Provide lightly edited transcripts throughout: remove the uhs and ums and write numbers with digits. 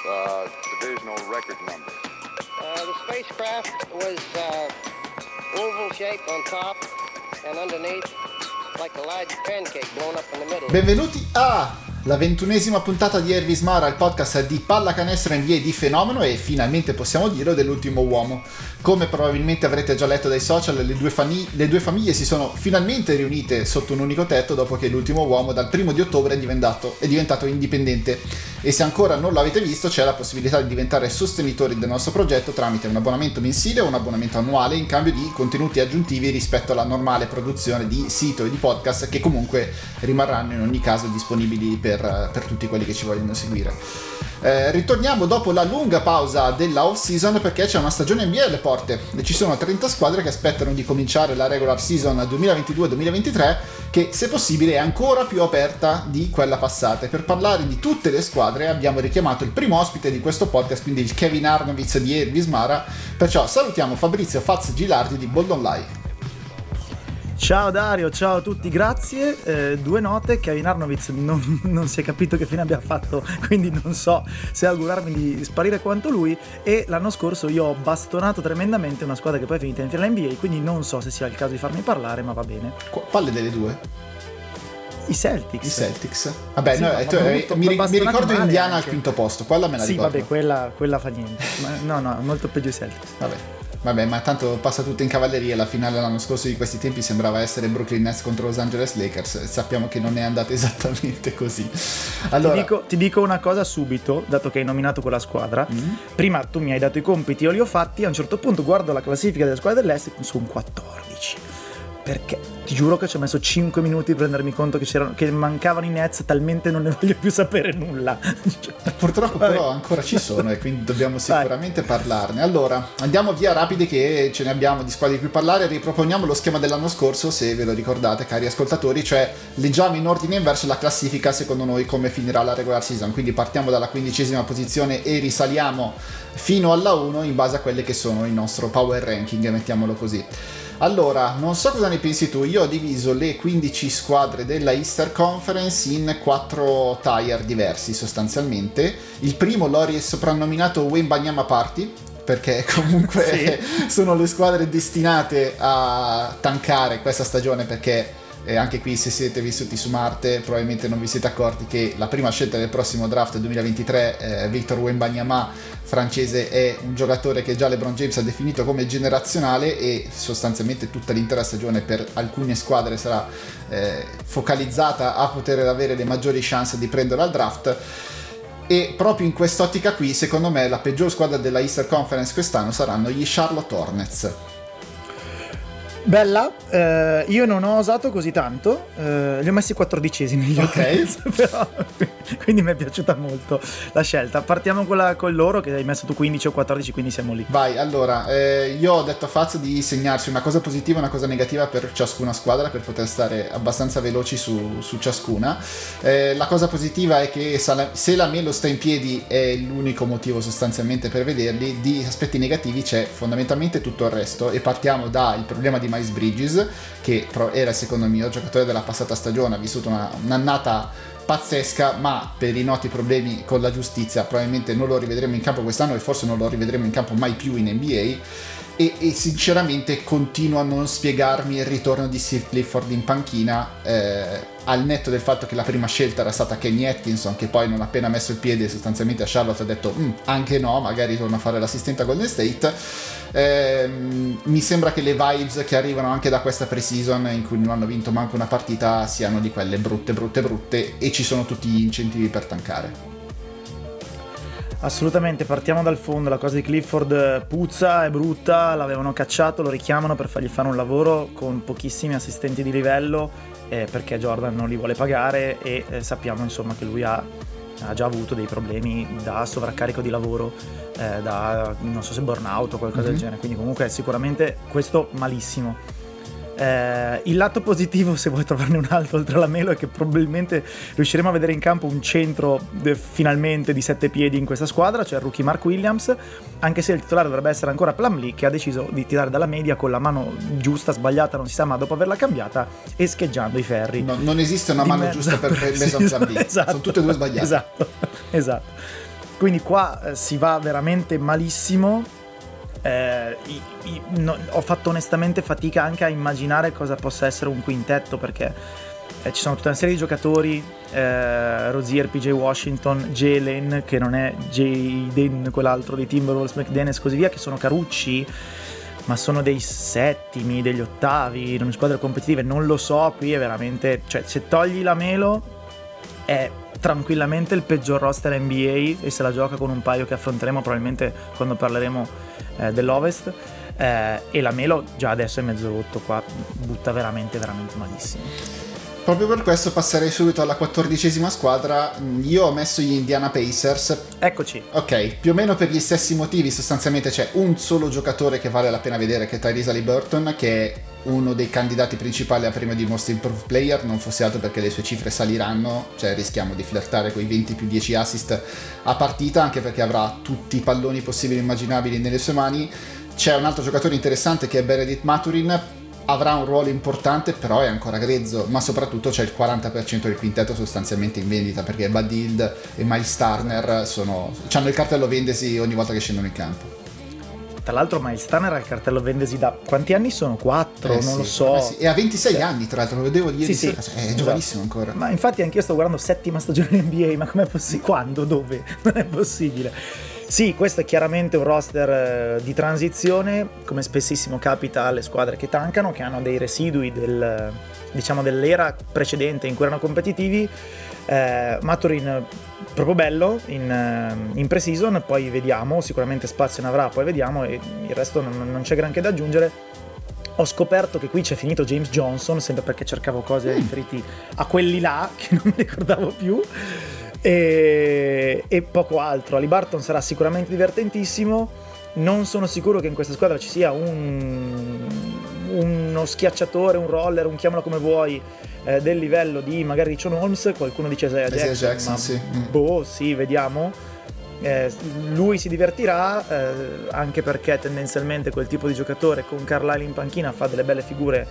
divisional record number. The spacecraft was oval shaped on top and underneath like a large pancake blown up in the middle. Benvenuti alla 21esima puntata di Ervis Mara, il podcast di pallacanestro NBA di Fenomeno e finalmente possiamo dirlo dell'ultimo uomo. Come probabilmente avrete già letto dai social, le due famiglie si sono finalmente riunite sotto un unico tetto dopo che l'ultimo uomo dal 1° ottobre è diventato indipendente. E se ancora non l'avete visto, c'è la possibilità di diventare sostenitori del nostro progetto tramite un abbonamento mensile o un abbonamento annuale in cambio di contenuti aggiuntivi rispetto alla normale produzione di sito e di podcast, che comunque rimarranno in ogni caso disponibili per tutti quelli che ci vogliono seguire. Ritorniamo dopo la lunga pausa della off season perché c'è una stagione NBA alle porte e ci sono 30 squadre che aspettano di cominciare la regular season 2022-2023, che se possibile è ancora più aperta di quella passata. E per parlare di tutte le squadre abbiamo richiamato il primo ospite di questo podcast, quindi il Kevin Arnovitz di Ervis Mara. Perciò salutiamo Fabrizio Faz Gilardi di Bold Online. Ciao Dario, ciao a tutti, grazie. Due note: Kevin Arnovitz non si è capito che fine abbia fatto, quindi non so se augurarmi di sparire quanto lui. E l'anno scorso io ho bastonato tremendamente una squadra che poi è finita in finale NBA, quindi non so se sia il caso di farmi parlare, ma va bene. Quale delle due? I Celtics. Vabbè, sì, mi ricordo Indiana anche al quinto posto, quella me la ricordo. Sì, vabbè, quella fa niente. No, molto peggio i Celtics. Vabbè, ma tanto passa tutto in cavalleria. La finale l'anno scorso di questi tempi sembrava essere Brooklyn Nets contro Los Angeles Lakers. Sappiamo che non è andata esattamente così. Allora, ti dico una cosa subito, dato che hai nominato quella squadra. Prima tu mi hai dato i compiti, io li ho fatti. A un certo punto guardo la classifica delle squadre dell'Est, sono 14. Perché ti giuro che ci ho messo 5 minuti per rendermi conto che mancavano i Nets, talmente non ne voglio più sapere nulla. Purtroppo però ancora ci sono e quindi dobbiamo sicuramente parlarne. Allora, andiamo via rapidi che ce ne abbiamo di squadre di cui parlare. Riproponiamo lo schema dell'anno scorso, se ve lo ricordate, cari ascoltatori, cioè leggiamo in ordine inverso la classifica secondo noi come finirà la regular season. Quindi partiamo dalla 15ª posizione e risaliamo fino alla 1 in base a quelle che sono il nostro power ranking, mettiamolo così. Allora, non so cosa ne pensi tu, io ho diviso le 15 squadre della Easter Conference in 4 tier diversi sostanzialmente. Il primo l'ho soprannominato Wembanyama Party, perché comunque sono le squadre destinate a tankare questa stagione, perché anche qui, se siete vissuti su Marte, probabilmente non vi siete accorti che la prima scelta del prossimo draft 2023, Victor Wembanyama, francese, è un giocatore che già LeBron James ha definito come generazionale e sostanzialmente tutta l'intera stagione per alcune squadre sarà focalizzata a poter avere le maggiori chance di prendere al draft. E proprio in quest'ottica qui, secondo me, la peggior squadra della Easter Conference quest'anno saranno gli Charlotte Hornets. Bella, io non ho osato così tanto, li ho messi 14esimi gli Hornets, però quindi mi è piaciuta molto la scelta. Partiamo con loro, che hai messo tu 15 o 14, quindi siamo lì. Vai, allora, io ho detto a Faz di segnarsi una cosa positiva e una cosa negativa per ciascuna squadra per poter stare abbastanza veloci su ciascuna. La cosa positiva è che se la Melo sta in piedi è l'unico motivo sostanzialmente per vederli. Di aspetti negativi c'è fondamentalmente tutto il resto, e partiamo dal problema di Miles Bridges, che era secondo me il giocatore della passata stagione, ha vissuto un'annata pazzesca, ma per i noti problemi con la giustizia probabilmente non lo rivedremo in campo quest'anno e forse non lo rivedremo in campo mai più in NBA. E sinceramente continuo a non spiegarmi il ritorno di Steve Clifford in panchina, al netto del fatto che la prima scelta era stata Kenny Atkinson, che poi non appena messo il piede sostanzialmente a Charlotte ha detto anche no, magari torno a fare l'assistente a Golden State. Mi sembra che le vibes che arrivano anche da questa pre-season, in cui non hanno vinto manco una partita, siano di quelle brutte, e ci sono tutti gli incentivi per tankare. Assolutamente, partiamo dal fondo. La cosa di Clifford puzza, è brutta, l'avevano cacciato, lo richiamano per fargli fare un lavoro con pochissimi assistenti di livello, perché Jordan non li vuole pagare, e sappiamo insomma che lui ha già avuto dei problemi da sovraccarico di lavoro, da non so se burnout o qualcosa del genere, quindi comunque sicuramente questo malissimo. Il lato positivo, se vuoi trovarne un altro oltre alla Melo, è che probabilmente riusciremo a vedere in campo un centro finalmente di 7 piedi in questa squadra, cioè il rookie Mark Williams, anche se il titolare dovrebbe essere ancora Plumlee, che ha deciso di tirare dalla media con la mano giusta, sbagliata, non si sa, ma dopo averla cambiata e scheggiando i ferri. Non esiste una mano giusta per Mason Plumlee, esatto, sono tutte e due sbagliate. Esatto. Quindi qua si va veramente malissimo. Ho fatto onestamente fatica anche a immaginare cosa possa essere un quintetto, perché ci sono tutta una serie di giocatori, Rozier, PJ Washington, Jalen, che non è Jaden, quell'altro dei Timberwolves, McDaniels e così via, che sono carucci, ma sono dei settimi, degli ottavi in una squadra competitive. Non lo so, qui è veramente, cioè se togli la Melo è tranquillamente il peggior roster NBA e se la gioca con un paio che affronteremo probabilmente quando parleremo dell'Ovest, e la Melo già adesso è mezzo rotto, qua butta veramente malissimo. Proprio per questo passerei subito alla 14ª squadra. Io ho messo gli Indiana Pacers. Eccoci. Ok, più o meno per gli stessi motivi. Sostanzialmente c'è un solo giocatore che vale la pena vedere, che è Tyrese Haliburton, che è uno dei candidati principali a premio di Most Improved Player, non fosse altro perché le sue cifre saliranno, cioè rischiamo di flirtare con i 20 più 10 assist a partita, anche perché avrà tutti i palloni possibili e immaginabili nelle sue mani. C'è un altro giocatore interessante che è Benedict Mathurin, avrà un ruolo importante, però è ancora grezzo, ma soprattutto c'è il 40% del quintetto sostanzialmente in vendita, perché Bud Hield e Miles Turner hanno il cartello vendesi ogni volta che scendono in campo. Tra l'altro Miles Turner ha il cartello vendesi da quanti anni sono? 4? Non lo so. Sì. E ha 26 anni, tra l'altro, lo vedevo ieri sera, è giovanissimo ancora. Ma infatti anch'io sto guardando 7ª stagione NBA, ma com'è possibile? Quando? Dove? Non è possibile. Sì, questo è chiaramente un roster di transizione, come spessissimo capita alle squadre che tankano, che hanno dei residui dell'era precedente in cui erano competitivi. Mathurin proprio bello in pre-season, poi vediamo, sicuramente spazio ne avrà, poi vediamo, e il resto non c'è granché da aggiungere. Ho scoperto che qui c'è finito James Johnson, sempre perché cercavo cose riferiti a quelli là che non mi ricordavo più, e poco altro. Haliburton sarà sicuramente divertentissimo. Non sono sicuro che in questa squadra ci sia uno schiacciatore, un roller, un chiamalo come vuoi, del livello di magari Richon Holmes. Qualcuno dice Isaiah Jackson, ma sì. Sì, vediamo. Lui si divertirà, anche perché tendenzialmente quel tipo di giocatore con Carlisle in panchina fa delle belle figure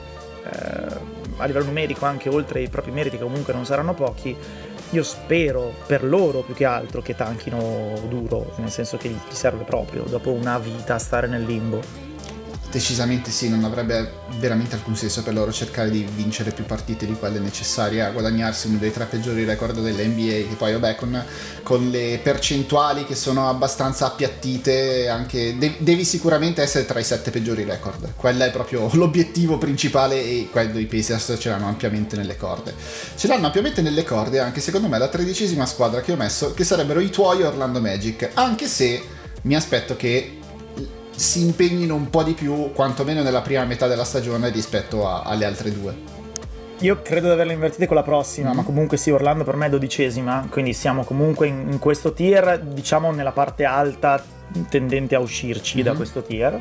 a livello numerico, anche oltre i propri meriti, che comunque non saranno pochi. Io spero per loro più che altro che tanchino duro, nel senso che gli serve proprio dopo una vita a stare nel limbo. Decisamente sì, non avrebbe veramente alcun senso per loro cercare di vincere più partite di quelle necessarie a guadagnarsi uno dei 3 peggiori record dell'NBA, che poi vabbè con le percentuali che sono abbastanza appiattite, anche devi sicuramente essere tra i 7 peggiori record. Quella è proprio l'obiettivo principale, e quello i Pacers ce l'hanno ampiamente nelle corde. Ce l'hanno ampiamente nelle corde anche secondo me la 13ª squadra che ho messo, che sarebbero i tuoi Orlando Magic, anche se mi aspetto che si impegnino un po' di più, quantomeno nella prima metà della stagione, rispetto alle altre due. Io credo di averle invertite con la prossima, ma comunque sì, Orlando per me è 12ª, quindi siamo comunque in questo tier, diciamo nella parte alta, tendente a uscirci da questo tier.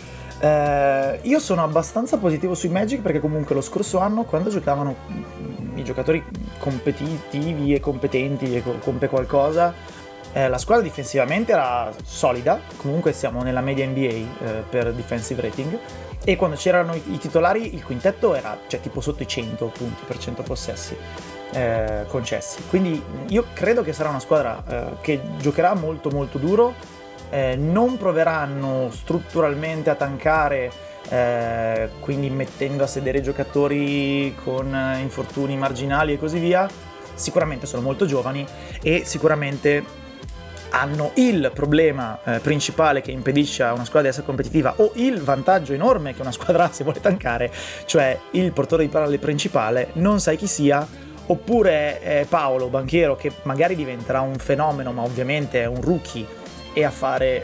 Io sono abbastanza positivo sui Magic, perché comunque lo scorso anno, quando giocavano i giocatori competitivi e competenti e compe qualcosa, la squadra difensivamente era solida, comunque siamo nella media NBA per defensive rating, e quando c'erano i titolari il quintetto era tipo sotto i 100 punti per 100 possessi concessi, quindi io credo che sarà una squadra che giocherà molto molto duro, non proveranno strutturalmente a tankare, quindi mettendo a sedere giocatori con infortuni marginali e così via. Sicuramente sono molto giovani e sicuramente hanno il problema principale che impedisce a una squadra di essere competitiva, o il vantaggio enorme che una squadra ha se vuole tankare, cioè il portatore di palla principale non sai chi sia, oppure è Paolo Banchero, che magari diventerà un fenomeno ma ovviamente è un rookie e a fare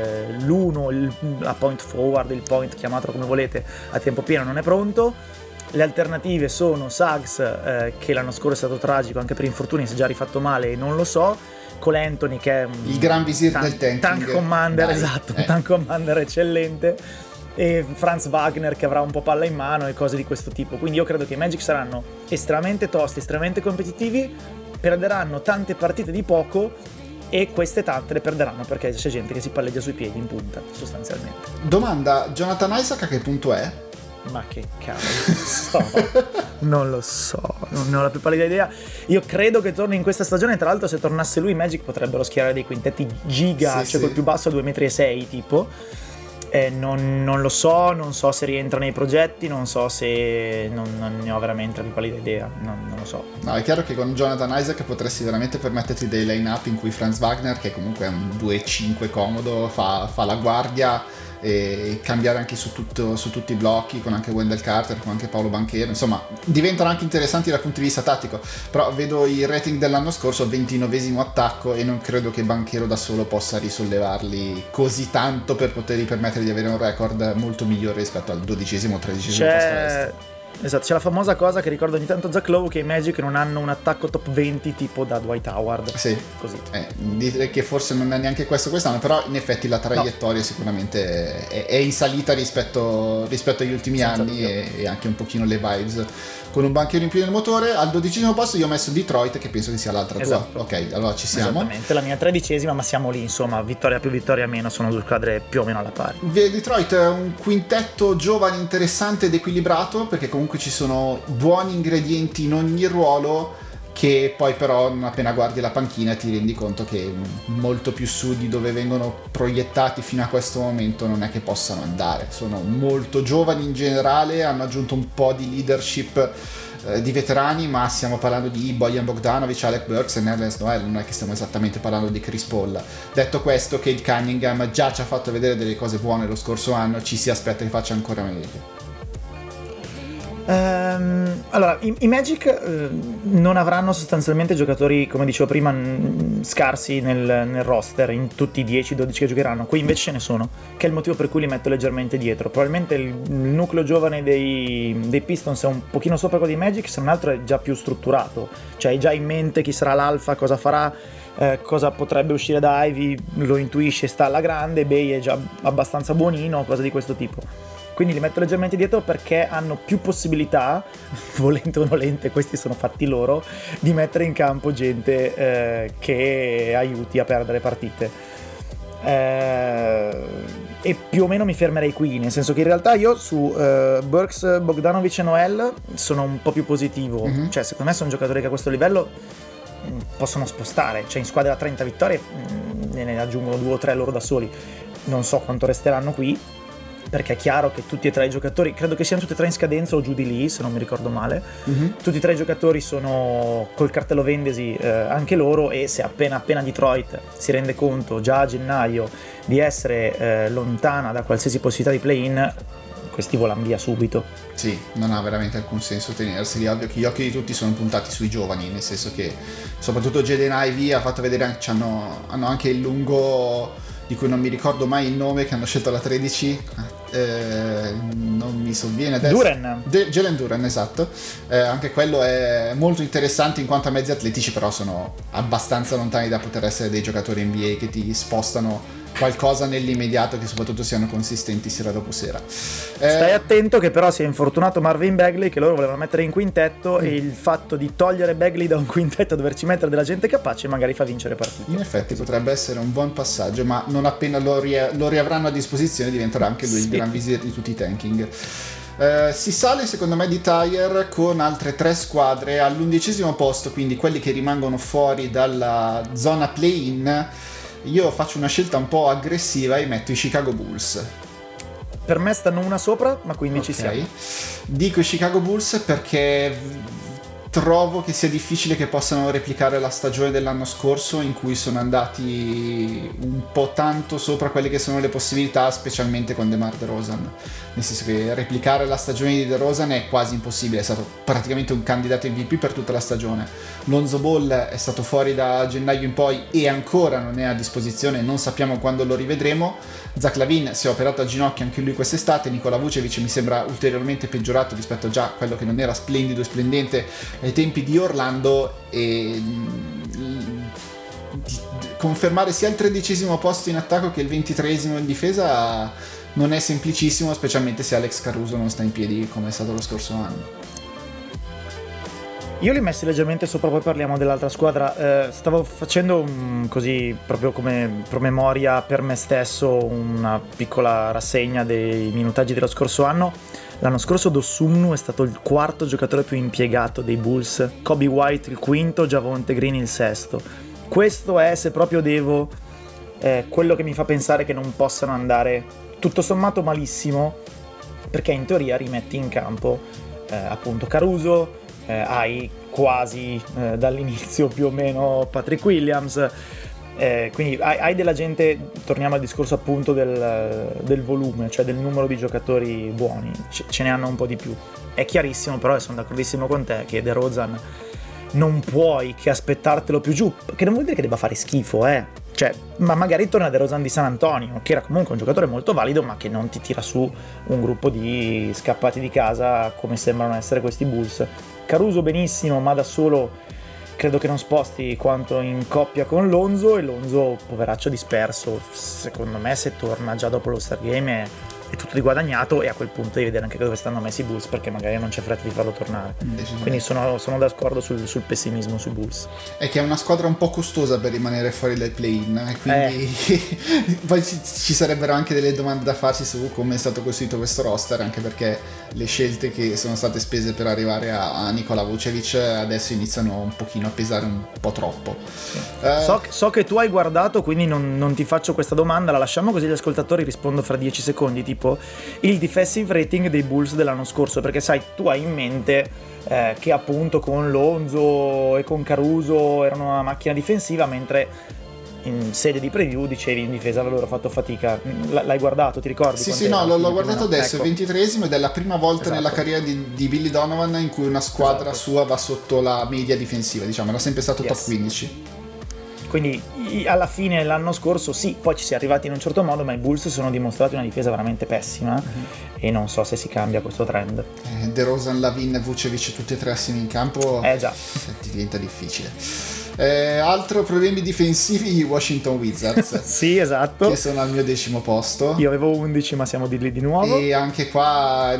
la point forward, il point, chiamatelo come volete, a tempo pieno non è pronto. Le alternative sono Suggs, che l'anno scorso è stato tragico anche per infortuni, si è già rifatto male e non lo so, Cole Anthony, che è il gran visir del tank commander, esatto, un tank commander eccellente, e Franz Wagner che avrà un po' palla in mano e cose di questo tipo. Quindi io credo che i Magic saranno estremamente tosti, estremamente competitivi, perderanno tante partite di poco, e queste tante le perderanno perché c'è gente che si palleggia sui piedi in punta, sostanzialmente. Domanda: Jonathan Isaac a che punto è? Ma che cavolo, non lo so, non ho la più pallida idea. Io credo che torni in questa stagione. Tra l'altro, se tornasse lui, Magic potrebbero schierare dei quintetti giga, col più basso a 2,6 m tipo. Non lo so, non so se rientra nei progetti, non so se non ne ho veramente la più pallida idea, non lo so. No, è chiaro che con Jonathan Isaac potresti veramente permetterti dei line-up in cui Franz Wagner, che comunque è un 2-5 comodo, fa la guardia, e cambiare anche su tutti i blocchi, con anche Wendell Carter, con anche Paolo Banchero, insomma diventano anche interessanti dal punto di vista tattico. Però vedo il rating dell'anno scorso, 29esimo attacco, e non credo che Banchero da solo possa risollevarli così tanto per potergli permettere di avere un record molto migliore rispetto al 12esimo o 13esimo posto est. Esatto, c'è la famosa cosa che ricordo ogni tanto Zach Lowe, che i Magic non hanno un attacco top 20 tipo da Dwight Howard. Sì, così. Direi che forse non è neanche questo quest'anno, però in effetti la traiettoria sicuramente è in salita rispetto agli ultimi anni, e anche un pochino le vibes. Con un banchero in più nel motore. Al 12esimo posto io ho messo Detroit, che penso che sia l'altra tua. Ok, allora ci siamo. Esattamente, la mia 13esima, ma siamo lì, insomma, vittoria più vittoria meno, sono due squadre più o meno alla pari. Detroit è un quintetto giovane, interessante ed equilibrato, perché comunque ci sono buoni ingredienti in ogni ruolo, che poi però non appena guardi la panchina ti rendi conto che molto più su di dove vengono proiettati fino a questo momento non è che possano andare. Sono molto giovani in generale, hanno aggiunto un po' di leadership di veterani, ma stiamo parlando di Bojan Bogdanovic, Alec Burks e Nerlens Noel, non è che stiamo esattamente parlando di Chris Paul. Detto questo, Cade Cunningham già ci ha fatto vedere delle cose buone lo scorso anno, ci si aspetta che faccia ancora meglio. Allora, i Magic non avranno sostanzialmente giocatori, come dicevo prima, scarsi nel roster in tutti i 10-12 che giocheranno. Qui invece ce ne sono, che è il motivo per cui li metto leggermente dietro. Probabilmente il nucleo giovane dei Pistons è un pochino sopra quello dei Magic, se non altro è già più strutturato, cioè hai già in mente chi sarà l'alfa, cosa farà, cosa potrebbe uscire da Ivy, lo intuisce, sta alla grande. Bay è già abbastanza buonino, cose di questo tipo. Quindi li metto leggermente dietro perché hanno più possibilità, volente o nolente, questi sono fatti loro, di mettere in campo gente che aiuti a perdere partite. E più o meno mi fermerei qui, nel senso che in realtà io su Burks, Bogdanovic e Noel sono un po' più positivo. Cioè, secondo me sono giocatori che a questo livello possono spostare, cioè in squadra da 30 vittorie ne aggiungono 2 o 3 loro da soli. Non so quanto resteranno qui, perché è chiaro che tutti e tre i giocatori, credo che siano tutti e tre in scadenza o giù di lì, se non mi ricordo male. Tutti e tre i giocatori sono col cartello vendesi anche loro, e se appena Detroit si rende conto già a gennaio di essere lontana da qualsiasi possibilità di play-in, questi volano via subito. Sì, non ha veramente alcun senso tenerseli. Ovvio che gli occhi di tutti sono puntati sui giovani, nel senso che soprattutto Jaden Ivey ha fatto vedere, hanno anche il lungo di cui non mi ricordo mai il nome, che hanno scelto la 13, non mi sovviene adesso. Jalen Duren, esatto. Anche quello è molto interessante in quanto a mezzi atletici, però sono abbastanza lontani da poter essere dei giocatori NBA che ti spostano qualcosa nell'immediato, che soprattutto siano consistenti sera dopo sera. Stai attento che però si è infortunato Marvin Bagley, che loro volevano mettere in quintetto, e il fatto di togliere Bagley da un quintetto e doverci mettere della gente capace magari fa vincere partite. In effetti potrebbe essere un buon passaggio, ma non appena lo riavranno a disposizione diventerà anche lui il gran visir di tutti i tanking. Si sale secondo me di tire con altre 3 squadre all'11° posto, quindi quelli che rimangono fuori dalla zona play-in. Io faccio una scelta un po' aggressiva e metto i Chicago Bulls. Per me stanno una sopra, ma quindi ci siamo. Dico i Chicago Bulls perché trovo che sia difficile che possano replicare la stagione dell'anno scorso, in cui sono andati un po' tanto sopra quelle che sono le possibilità, specialmente con DeMar DeRozan. Nel senso che replicare la stagione di DeRozan è quasi impossibile, è stato praticamente un candidato MVP per tutta la stagione. Lonzo Ball è stato fuori da gennaio in poi e ancora non è a disposizione, non sappiamo quando lo rivedremo. Zach LaVine si è operato a ginocchio anche lui quest'estate. Nikola Vucevic mi sembra ulteriormente peggiorato rispetto a già quello che non era splendido e splendente ai tempi di Orlando, e confermare sia il 13° posto in attacco che il 23° in difesa non è semplicissimo, specialmente se Alex Caruso non sta in piedi come è stato lo scorso anno. Io li ho messi leggermente sopra, poi parliamo dell'altra squadra. Stavo facendo così, proprio come promemoria per me stesso, una piccola rassegna dei minutaggi dello scorso anno. L'anno scorso Dosumnu è stato il quarto giocatore più impiegato dei Bulls, Kobe White il quinto, Javonte Green il sesto. Questo è, se proprio devo, quello che mi fa pensare che non possano andare tutto sommato malissimo, perché in teoria rimetti in campo appunto Caruso, hai quasi dall'inizio più o meno Patrick Williams, quindi hai della gente, torniamo al discorso appunto del volume, cioè del numero di giocatori buoni, ce ne hanno un po' di più. È chiarissimo però, e sono d'accordissimo con te, che DeRozan non puoi che aspettartelo più giù, che non vuol dire che debba fare schifo, cioè, ma magari torna DeRozan di San Antonio, che era comunque un giocatore molto valido, ma che non ti tira su un gruppo di scappati di casa come sembrano essere questi Bulls. Caruso benissimo, ma da solo credo che non sposti quanto in coppia con Lonzo, e Lonzo, poveraccio disperso, secondo me se torna già dopo lo Star Game è tutto di guadagnato, e a quel punto devi vedere anche dove stanno messi i Bulls, perché magari non c'è fretta di farlo tornare. Quindi sono d'accordo sul pessimismo sui Bulls. È che è una squadra un po' costosa per rimanere fuori dal play-in, e quindi poi ci sarebbero anche delle domande da farsi su come è stato costruito questo roster, anche perché le scelte che sono state spese per arrivare a Nikola Vucevic adesso iniziano un pochino a pesare un po' troppo. Sì. So che tu hai guardato, quindi non ti faccio questa domanda, la lasciamo così gli ascoltatori rispondo fra 10 secondi, tipo il defensive rating dei Bulls dell'anno scorso, perché sai, tu hai in mente che appunto con Lonzo e con Caruso erano una macchina difensiva, mentre in sede di preview dicevi in difesa avrebbero fatto fatica. L'hai guardato, ti ricordi? Sì, no, l'ho guardato adesso, ecco. È il 23esimo ed è la prima volta nella carriera di Billy Donovan in cui una squadra sua va sotto la media difensiva, diciamo, era sempre stato top 15. Quindi alla fine l'anno scorso sì, poi ci si è arrivati in un certo modo, ma i Bulls sono dimostrati una difesa veramente pessima, e non so se si cambia questo trend. DeRozan, Lavin e Vucevic tutti e tre assieme in campo, già. Diventa difficile. Altro problemi difensivi, gli Washington Wizards. Sì, esatto, che sono al mio 10° posto. Io avevo 11, ma siamo di lì di nuovo, e anche qua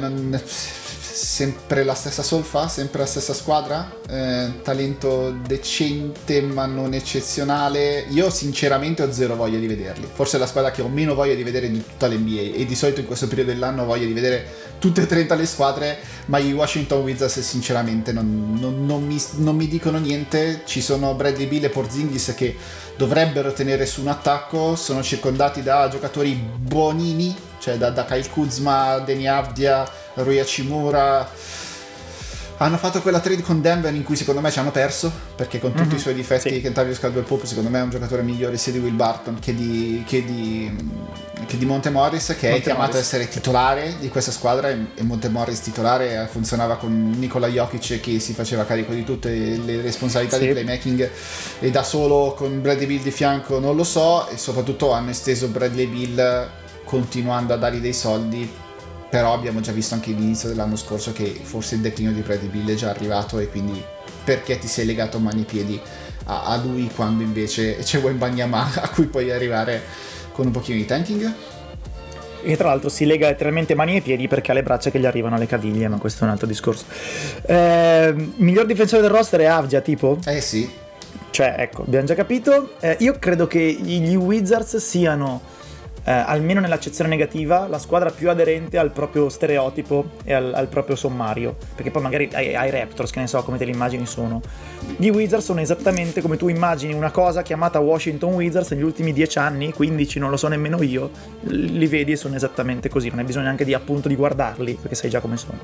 sempre la stessa solfa, sempre la stessa squadra, talento decente ma non eccezionale. Io sinceramente ho zero voglia di vederli, forse è la squadra che ho meno voglia di vedere di tutta l'NBA, e di solito in questo periodo dell'anno ho voglia di vedere tutte e 30 le squadre, ma i Washington Wizards sinceramente non mi dicono niente. Ci sono Bradley Beal e Porzingis che dovrebbero tenere su un attacco, sono circondati da giocatori buonini, cioè da Kyle Kuzma, Deni Avdia, Rui Hachimura. Hanno fatto quella trade con Denver in cui secondo me ci hanno perso, perché con tutti i suoi difetti, sì. Kentavious Caldwell-Pope secondo me è un giocatore migliore sia di Will Barton che di Monte Morris, che è chiamato ad essere titolare di questa squadra, e Monte Morris titolare funzionava con Nikola Jokic che si faceva carico di tutte le responsabilità di playmaking, e da solo con Bradley Beal di fianco non lo so. E soprattutto hanno esteso Bradley Beal continuando a dargli dei soldi, però abbiamo già visto anche all'inizio dell'anno scorso che forse il declino di Bradley Beal è già arrivato, e quindi perché ti sei legato mani e piedi a lui quando invece c'è Wembanyama a cui puoi arrivare con un pochino di tanking? E tra l'altro si lega letteralmente mani e piedi perché ha le braccia che gli arrivano alle caviglie, ma questo è un altro discorso. Miglior difensore del roster è Avdia, tipo? Sì. Cioè, ecco, abbiamo già capito. Io credo che gli Wizards siano, almeno nell'accezione negativa, la squadra più aderente al proprio stereotipo e al proprio sommario, perché poi magari ai Raptors, che ne so come te li immagini, sono gli Wizards sono esattamente come tu immagini una cosa chiamata Washington Wizards negli ultimi 10 anni, 15, non lo so nemmeno io, li vedi e sono esattamente così, non hai bisogno neanche di appunto di guardarli perché sai già come sono.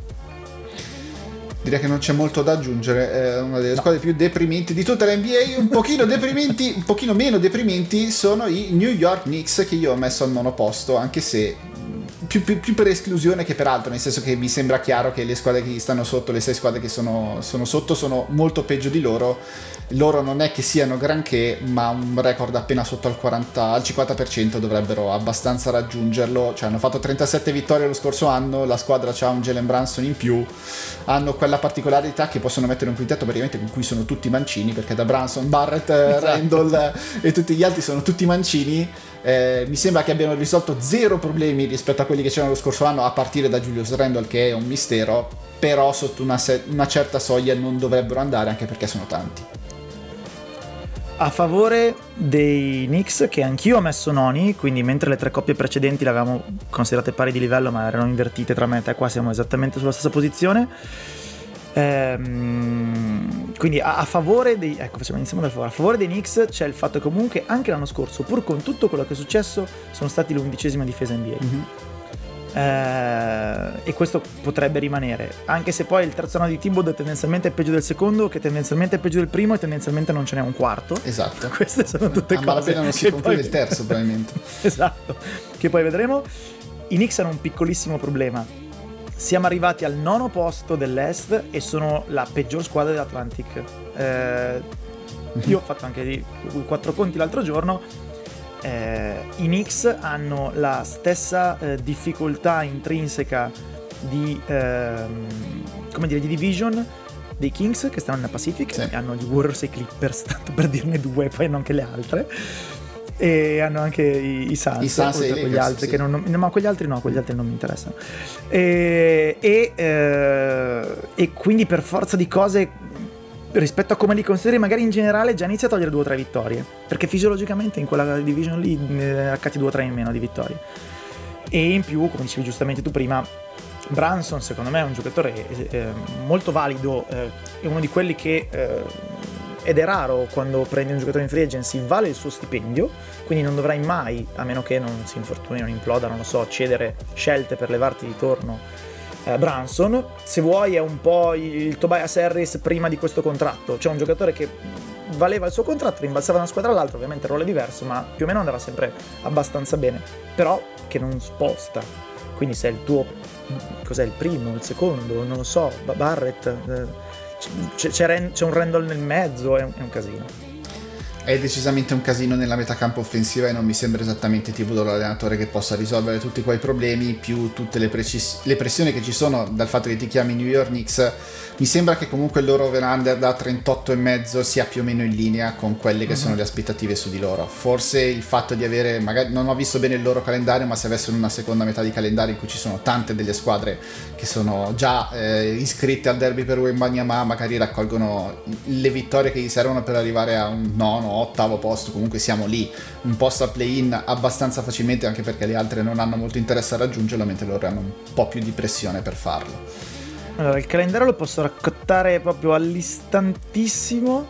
Direi che non c'è molto da aggiungere, è una delle squadre più deprimenti di tutta l'NBA. Un pochino meno deprimenti sono i New York Knicks, che io ho messo al 9° posto, anche se più per esclusione che per altro, nel senso che mi sembra chiaro che le squadre che stanno sotto, le 6 squadre che sono sotto, sono molto peggio di loro. Loro non è che siano granché, ma un record appena sotto al 50% dovrebbero abbastanza raggiungerlo. Cioè hanno fatto 37 vittorie lo scorso anno, la squadra c'ha un Jalen Brunson in più, hanno quella particolarità che possono mettere un quintetto praticamente con cui sono tutti mancini, perché da Brunson, Barrett, Randall e tutti gli altri sono tutti mancini. Mi sembra che abbiano risolto zero problemi rispetto a quelli che c'erano lo scorso anno, a partire da Julius Randle, che è un mistero, però sotto una certa soglia non dovrebbero andare, anche perché sono tanti. a favore dei Knicks, che anch'io ho messo noni, quindi mentre le 3 coppie precedenti le avevamo considerate pari di livello ma erano invertite tra me e te, qua siamo esattamente sulla stessa posizione. Quindi a favore dei, ecco, iniziamo dal favore. A favore dei Knicks c'è il fatto che comunque anche l'anno scorso, pur con tutto quello che è successo, sono stati l'11ª difesa NBA. E questo potrebbe rimanere, anche se poi il terzo anno di Thibodeau tendenzialmente è peggio del secondo, che tendenzialmente è peggio del primo, e tendenzialmente non ce n'è un quarto. Esatto. Queste sono tutte cose. Ma malapena non si conclude il terzo, probabilmente. Esatto, che poi vedremo. I Knicks hanno un piccolissimo problema. Siamo arrivati al 9° posto dell'Est e sono la peggior squadra dell'Atlantic. Io ho fatto anche 4 conti l'altro giorno. I Knicks hanno la stessa difficoltà intrinseca di division dei Kings, che stanno nella Pacific, sì. E hanno gli Warriors e i Clippers, tanto per dirne 2, poi hanno anche le altre, e hanno anche i Suns e i quegli Lakers, altri, sì. che non, ma quegli altri non mi interessano, e quindi per forza di cose, rispetto a come li consideri magari in generale, già inizia a togliere 2 o 3 vittorie, perché fisiologicamente in quella division lì accatti 2 o 3 in meno di vittorie. E in più, come dicevi giustamente tu prima, Brunson secondo me è un giocatore molto valido, è uno di quelli che ed è raro quando prendi un giocatore in free agency, vale il suo stipendio, quindi non dovrai mai, a meno che non si infortuni, non imploda, non lo so, cedere scelte per levarti di torno Brunson. Se vuoi è un po' il Tobias Harris prima di questo contratto, cioè un giocatore che valeva il suo contratto, rimbalzava da una squadra all'altra, ovviamente il ruolo è diverso, ma più o meno andava sempre abbastanza bene, però che non sposta. Quindi se è il tuo, cos'è, il primo, il secondo, non lo so, Barrett, c'è un Randall nel mezzo, è un casino. È decisamente un casino nella metacampo offensiva e non mi sembra esattamente Thibodeau l'allenatore che possa risolvere tutti quei problemi, più tutte le pressioni che ci sono dal fatto che ti chiami New York Knicks. Mi sembra che comunque il loro over-under da 38,5 sia più o meno in linea con quelle che sono le aspettative su di loro. Forse il fatto di avere, magari non ho visto bene il loro calendario, ma se avessero una seconda metà di calendario in cui ci sono tante delle squadre che sono già iscritte al derby per Wembanyama, magari raccolgono le vittorie che gli servono per arrivare a un 9º, 8º posto. Comunque siamo lì, un posto a play-in abbastanza facilmente, anche perché le altre non hanno molto interesse a raggiungerlo, mentre loro hanno un po' più di pressione per farlo. Allora, il calendario lo posso raccontare proprio all'istantissimo.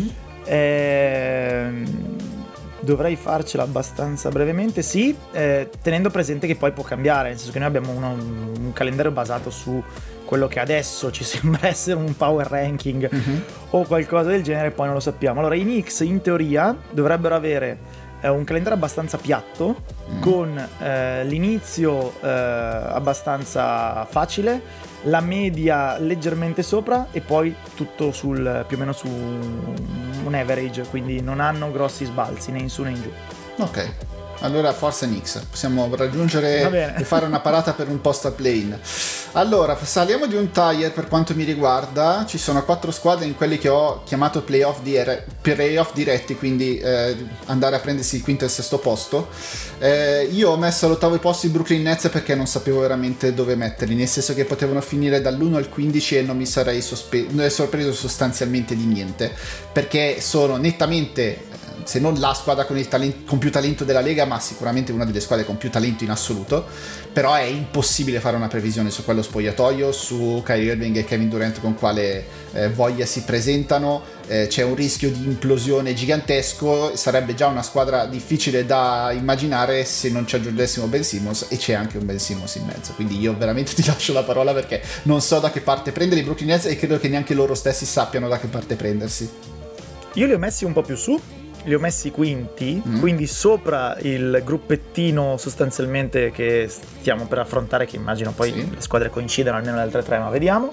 Dovrei farcela abbastanza brevemente, sì, tenendo presente che poi può cambiare, nel senso che noi abbiamo un calendario basato su quello che adesso ci sembra essere un power ranking o qualcosa del genere, poi non lo sappiamo. Allora, i Knicks in teoria dovrebbero avere un calendario abbastanza piatto, con l'inizio abbastanza facile, la media leggermente sopra e poi tutto sul più o meno su un average, quindi non hanno grossi sbalzi né in su né in giù. Ok, allora forza Knicks, possiamo raggiungere e fare una parata per un post al play-in. Allora, saliamo di un tire per quanto mi riguarda. Ci sono 4 squadre in quelli che ho chiamato playoff diretti, quindi andare a prendersi il quinto e il sesto posto. Io ho messo all'8º posto i Brooklyn Nets perché non sapevo veramente dove metterli, nel senso che potevano finire dall'1 al 15 e non mi sarei sorpreso sostanzialmente di niente, perché sono nettamente, se non la squadra con più talento della Lega, ma sicuramente una delle squadre con più talento in assoluto. Però è impossibile fare una previsione su quello spogliatoio, su Kyrie Irving e Kevin Durant con quale voglia si presentano. C'è un rischio di implosione gigantesco, sarebbe già una squadra difficile da immaginare se non ci aggiungessimo Ben Simmons, e c'è anche un Ben Simmons in mezzo, quindi io veramente ti lascio la parola perché non so da che parte prendere i Brooklyn Nets e credo che neanche loro stessi sappiano da che parte prendersi. Io li ho messi un po' più su, li ho messi quinti, quindi sopra il gruppettino sostanzialmente che stiamo per affrontare, che immagino poi le squadre coincidano almeno le altre 3, ma vediamo.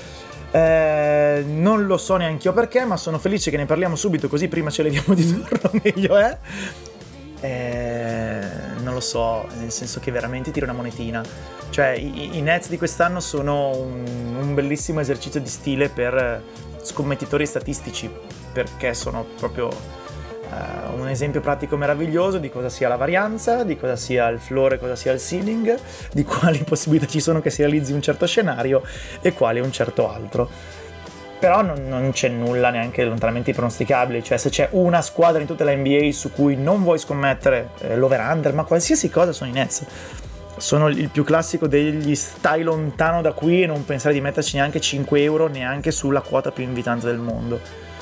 Non lo so neanche io perché, ma sono felice che ne parliamo subito, così prima ce leviamo di torno meglio è. Non lo so, nel senso che veramente tiro una monetina. Cioè i Nets di quest'anno sono un bellissimo esercizio di stile per scommettitori statistici, perché sono proprio un esempio pratico meraviglioso di cosa sia la varianza, di cosa sia il floor e cosa sia il ceiling, di quali possibilità ci sono che si realizzi un certo scenario e quali un certo altro. però non c'è nulla neanche lontanamente pronosticabile, cioè se c'è una squadra in tutta la NBA su cui non vuoi scommettere l'over-under, ma qualsiasi cosa, sono i Nets. Sono il più classico degli stai lontano da qui e non pensare di metterci neanche 5 euro neanche sulla quota più invitante del mondo.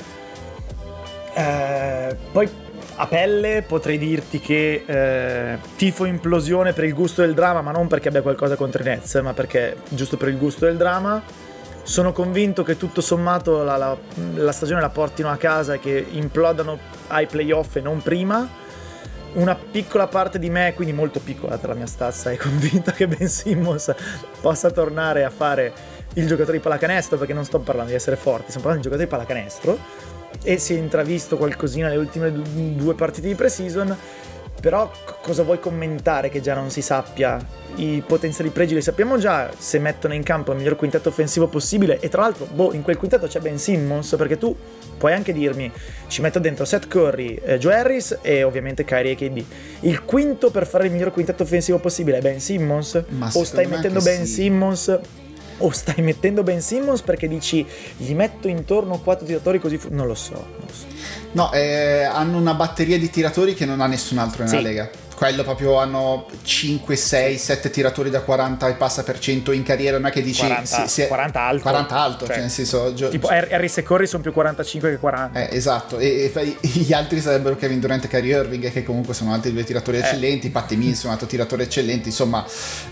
Poi a pelle potrei dirti che tifo implosione per il gusto del dramma, ma non perché abbia qualcosa contro i Nets, ma perché giusto per il gusto del dramma. Sono convinto che tutto sommato la stagione la portino a casa e che implodano ai playoff e non prima. Una piccola parte di me, quindi molto piccola tra la mia stazza, è convinta che Ben Simmons possa tornare a fare il giocatore di pallacanestro, perché non sto parlando di essere forti, stiamo parlando di giocatore di pallacanestro, e si è intravisto qualcosina nelle ultime 2 partite di pre-season. Però cosa vuoi commentare che già non si sappia? I potenziali pregi li sappiamo già, se mettono in campo il miglior quintetto offensivo possibile, e tra l'altro in quel quintetto c'è Ben Simmons, perché tu puoi anche dirmi ci metto dentro Seth Curry, Joe Harris e ovviamente Kyrie e KD. Il quinto per fare il miglior quintetto offensivo possibile è Ben Simmons? O stai mettendo Ben Simmons? O stai mettendo Ben Simmons perché dici gli metto intorno 4 tiratori così non lo so. No, hanno una batteria di tiratori che non ha nessun altro nella Lega. Quello proprio, hanno 5, 6, 7 tiratori da 40 e passa per cento in carriera, non è che dici 40 alto. 40 alto, cioè nel senso tipo Harris e Curry sono più 45 che 40. Esatto, e gli altri sarebbero Kevin Durant e Kyrie Irving, che comunque sono altri 2 tiratori eccellenti, Patty Mills è un altro tiratore eccellente, insomma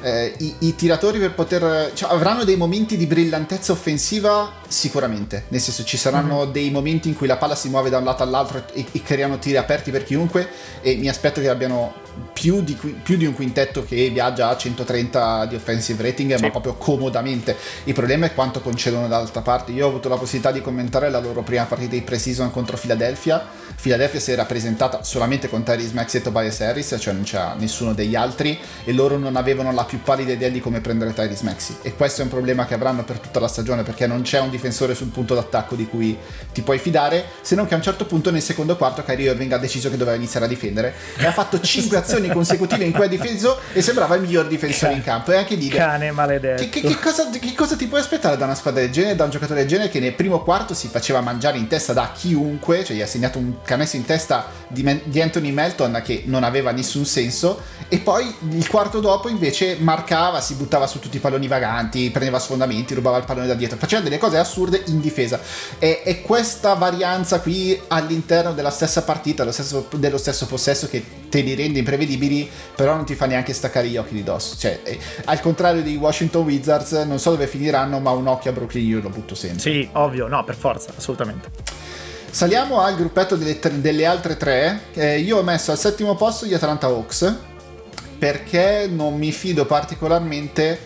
i tiratori per poter, cioè, avranno dei momenti di brillantezza offensiva sicuramente, nel senso ci saranno dei momenti in cui la palla si muove da un lato all'altro e creano tiri aperti per chiunque, e mi aspetto che abbiano più di un quintetto che viaggia a 130 di offensive rating, ma proprio comodamente. Il problema è quanto concedono dall'altra parte. Io ho avuto la possibilità di commentare la loro prima partita di pre-season contro Philadelphia si era presentata solamente con Tyrese Maxey e Tobias Harris, cioè non c'era nessuno degli altri, e loro non avevano la più pallida idea di come prendere Tyrese Maxey, e questo è un problema che avranno per tutta la stagione, perché non c'è un difensore sul punto d'attacco di cui ti puoi fidare, se non che a un certo punto nel secondo quarto Kyrie Irving ha deciso che doveva iniziare a difendere e ha fatto 5 azioni consecutive in cui ha difeso e sembrava il miglior difensore in campo. E anche dire, cane maledetto, che cosa ti puoi aspettare da una squadra del genere, da un giocatore del genere che nel primo quarto si faceva mangiare in testa da chiunque, cioè gli ha segnato un canestro in testa di Anthony Melton che non aveva nessun senso, e poi il quarto dopo invece marcava, si buttava su tutti i palloni vaganti, prendeva sfondamenti, rubava il pallone da dietro, faceva delle cose assurde in difesa. E questa varianza qui all'interno della stessa partita, dello stesso possesso, che te li rende imprevedibili, però non ti fa neanche staccare gli occhi di dosso. Cioè, al contrario dei Washington Wizards, non so dove finiranno, ma un occhio a Brooklyn io lo butto sempre. Sì, ovvio, no, per forza, assolutamente. Saliamo al gruppetto delle altre 3. Io ho messo al 7° posto gli Atlanta Hawks, perché non mi fido particolarmente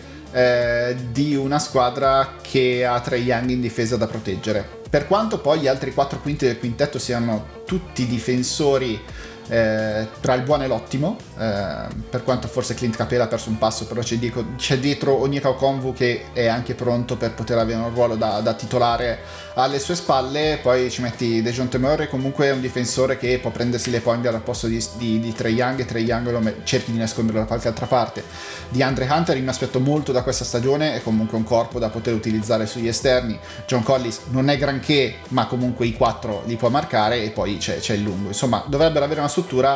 di una squadra che ha Trae Young in difesa da proteggere, per quanto poi gli altri 4 quinti del quintetto siano tutti difensori tra il buono e l'ottimo, per quanto forse Clint Capela ha perso un passo, però c'è dietro Onyeka Okongwu che è anche pronto per poter avere un ruolo da titolare alle sue spalle. Poi ci metti DeJounte Murray, comunque è un difensore che può prendersi le point al posto di Trae Young, e Trae Young cerchi di nasconderlo da qualche altra parte. Di Andre Hunter mi aspetto molto da questa stagione, è comunque un corpo da poter utilizzare sugli esterni. John Collins non è granché, ma comunque i 4 li può marcare, e poi c'è il lungo. Insomma, dovrebbero avere una struttura,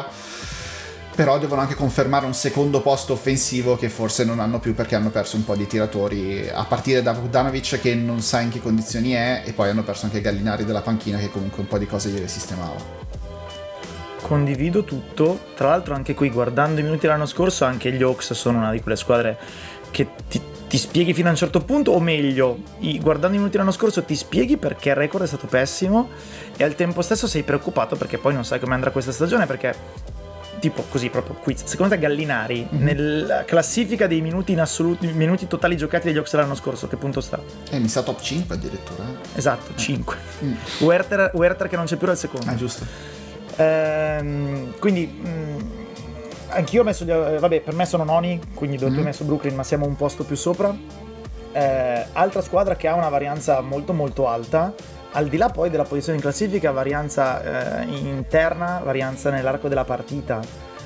però devono anche confermare un secondo posto offensivo che forse non hanno più, perché hanno perso un po' di tiratori, a partire da Bogdanovic che non sa in che condizioni è, e poi hanno perso anche Gallinari della panchina che comunque un po' di cose gliele sistemava. Condivido tutto, tra l'altro anche qui guardando i minuti l'anno scorso anche gli Hawks sono una di quelle squadre che ti spieghi fino a un certo punto, o meglio, guardando i minuti l'anno scorso ti spieghi perché il record è stato pessimo, e al tempo stesso sei preoccupato perché poi non sai come andrà questa stagione, perché tipo così proprio quiz, secondo te Gallinari nella classifica dei minuti in assoluto, minuti totali giocati degli Hawks l'anno scorso, che punto sta? Mi sa top 5 addirittura. Esatto, 5. Huerter che non c'è più al secondo. Giusto. Quindi anch'io ho messo vabbè, per me sono noni, quindi dove tu hai messo Brooklyn, ma siamo un posto più sopra. Altra squadra che ha una varianza molto molto alta, al di là poi della posizione in classifica, varianza interna, varianza nell'arco della partita.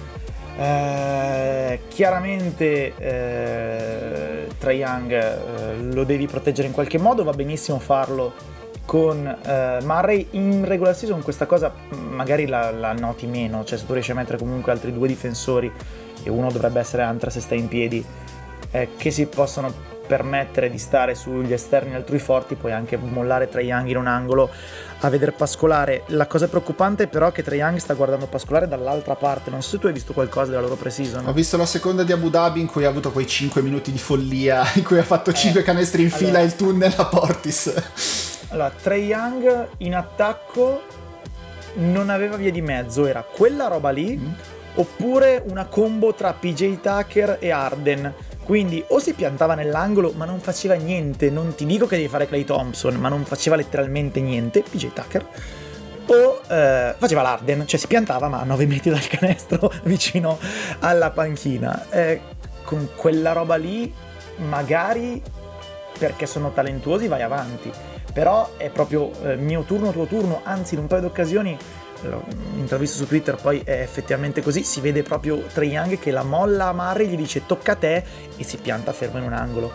Chiaramente Trae Young lo devi proteggere in qualche modo, va benissimo farlo con Murray. In regular season questa cosa magari la noti meno, cioè se tu riesci a mettere comunque altri 2 difensori, e uno dovrebbe essere Hunter se sta in piedi, che si possono permettere di stare sugli esterni altrui forti, puoi anche mollare Trae Young in un angolo a vedere pascolare. La cosa preoccupante però è che Trae Young sta guardando pascolare dall'altra parte. Non so se tu hai visto qualcosa della loro pre-season. Ho visto la seconda di Abu Dhabi in cui ha avuto quei 5 minuti di follia in cui ha fatto 5 canestri in fila e il tunnel a Portis. Allora, Trae Young in attacco non aveva via di mezzo, era quella roba lì oppure una combo tra PJ Tucker e Harden. Quindi o si piantava nell'angolo ma non faceva niente, non ti dico che devi fare Klay Thompson, ma non faceva letteralmente niente, PJ Tucker, o faceva l'Harden, cioè si piantava ma a 9 metri dal canestro vicino alla panchina. Con quella roba lì magari, perché sono talentuosi, vai avanti, però è proprio mio turno, tuo turno, anzi in un paio di occasioni, l'ho intravisto su Twitter, poi è effettivamente così, si vede proprio Trae Young che la molla a Murray, gli dice tocca a te e si pianta fermo in un angolo.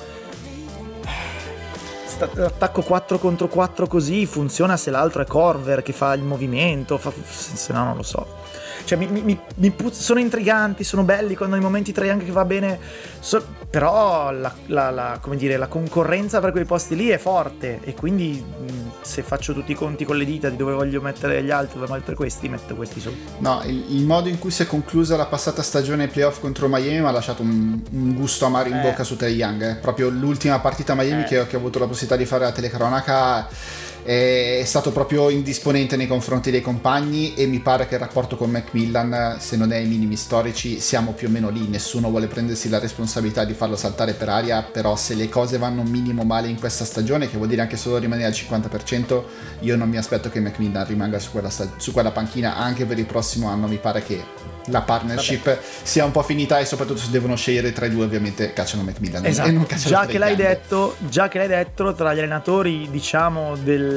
L'attacco 4 contro 4 così funziona se l'altro è Korver che fa il movimento, se no non lo so. Cioè sono intriganti, sono belli quando nei momenti Trae Young che va bene, però come dire, la concorrenza per quei posti lì è forte, e quindi se faccio tutti i conti con le dita di dove voglio mettere gli altri, dove mettere questi, metto questi su. No, il modo in cui si è conclusa la passata stagione ai playoff contro Miami mi ha lasciato un gusto amaro in bocca su Trae Young. Proprio l'ultima partita a Miami che ho avuto la possibilità di fare la telecronaca, è stato proprio indisponente nei confronti dei compagni, e mi pare che il rapporto con McMillan, se non è ai minimi storici, siamo più o meno lì. Nessuno vuole prendersi la responsabilità di farlo saltare per aria, però se le cose vanno un minimo male in questa stagione, che vuol dire anche solo rimanere al 50%, io non mi aspetto che McMillan rimanga su quella panchina anche per il prossimo anno. Mi pare che la partnership sia un po' finita, e soprattutto se devono scegliere tra i due ovviamente cacciano McMillan, esatto. E non cacciano già che l'hai detto, tra gli allenatori diciamo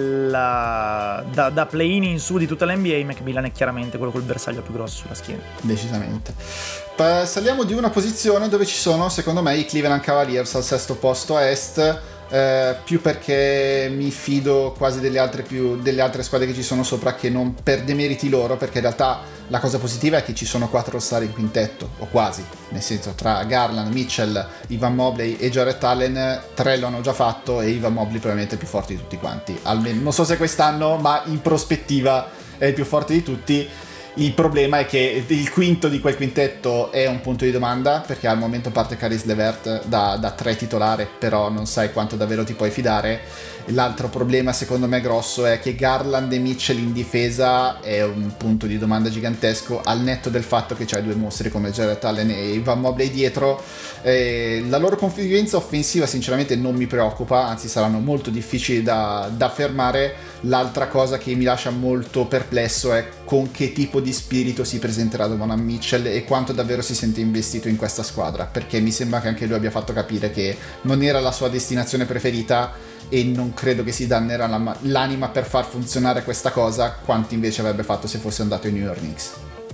da play-in in su di tutta l'NBA, McMillan è chiaramente quello col bersaglio più grosso sulla schiena, decisamente. Saliamo di una posizione dove ci sono secondo me i Cleveland Cavaliers al 6° posto a est, più perché mi fido quasi delle altre squadre che ci sono sopra, che non per demeriti loro, perché in realtà la cosa positiva è che ci sono 4 star in quintetto, o quasi, nel senso tra Garland, Mitchell, Evan Mobley e Jarrett Allen 3 lo hanno già fatto, e Evan Mobley probabilmente è il più forte di tutti quanti, almeno non so se quest'anno, ma in prospettiva è il più forte di tutti. Il problema è che il quinto di quel quintetto è un punto di domanda, perché al momento parte Caris LeVert da 3 titolare, però non sai quanto davvero ti puoi fidare. L'altro problema secondo me grosso è che Garland e Mitchell in difesa è un punto di domanda gigantesco, al netto del fatto che c'hai 2 mostri come Jarrett Allen e Evan Mobley dietro. La loro confidenza offensiva sinceramente non mi preoccupa, anzi saranno molto difficili da fermare. L'altra cosa che mi lascia molto perplesso è con che tipo di spirito si presenterà Donovan Mitchell e quanto davvero si sente investito in questa squadra, perché mi sembra che anche lui abbia fatto capire che non era la sua destinazione preferita, e non credo che si dannerà l'anima per far funzionare questa cosa quanto invece avrebbe fatto se fosse andato ai New York Knicks.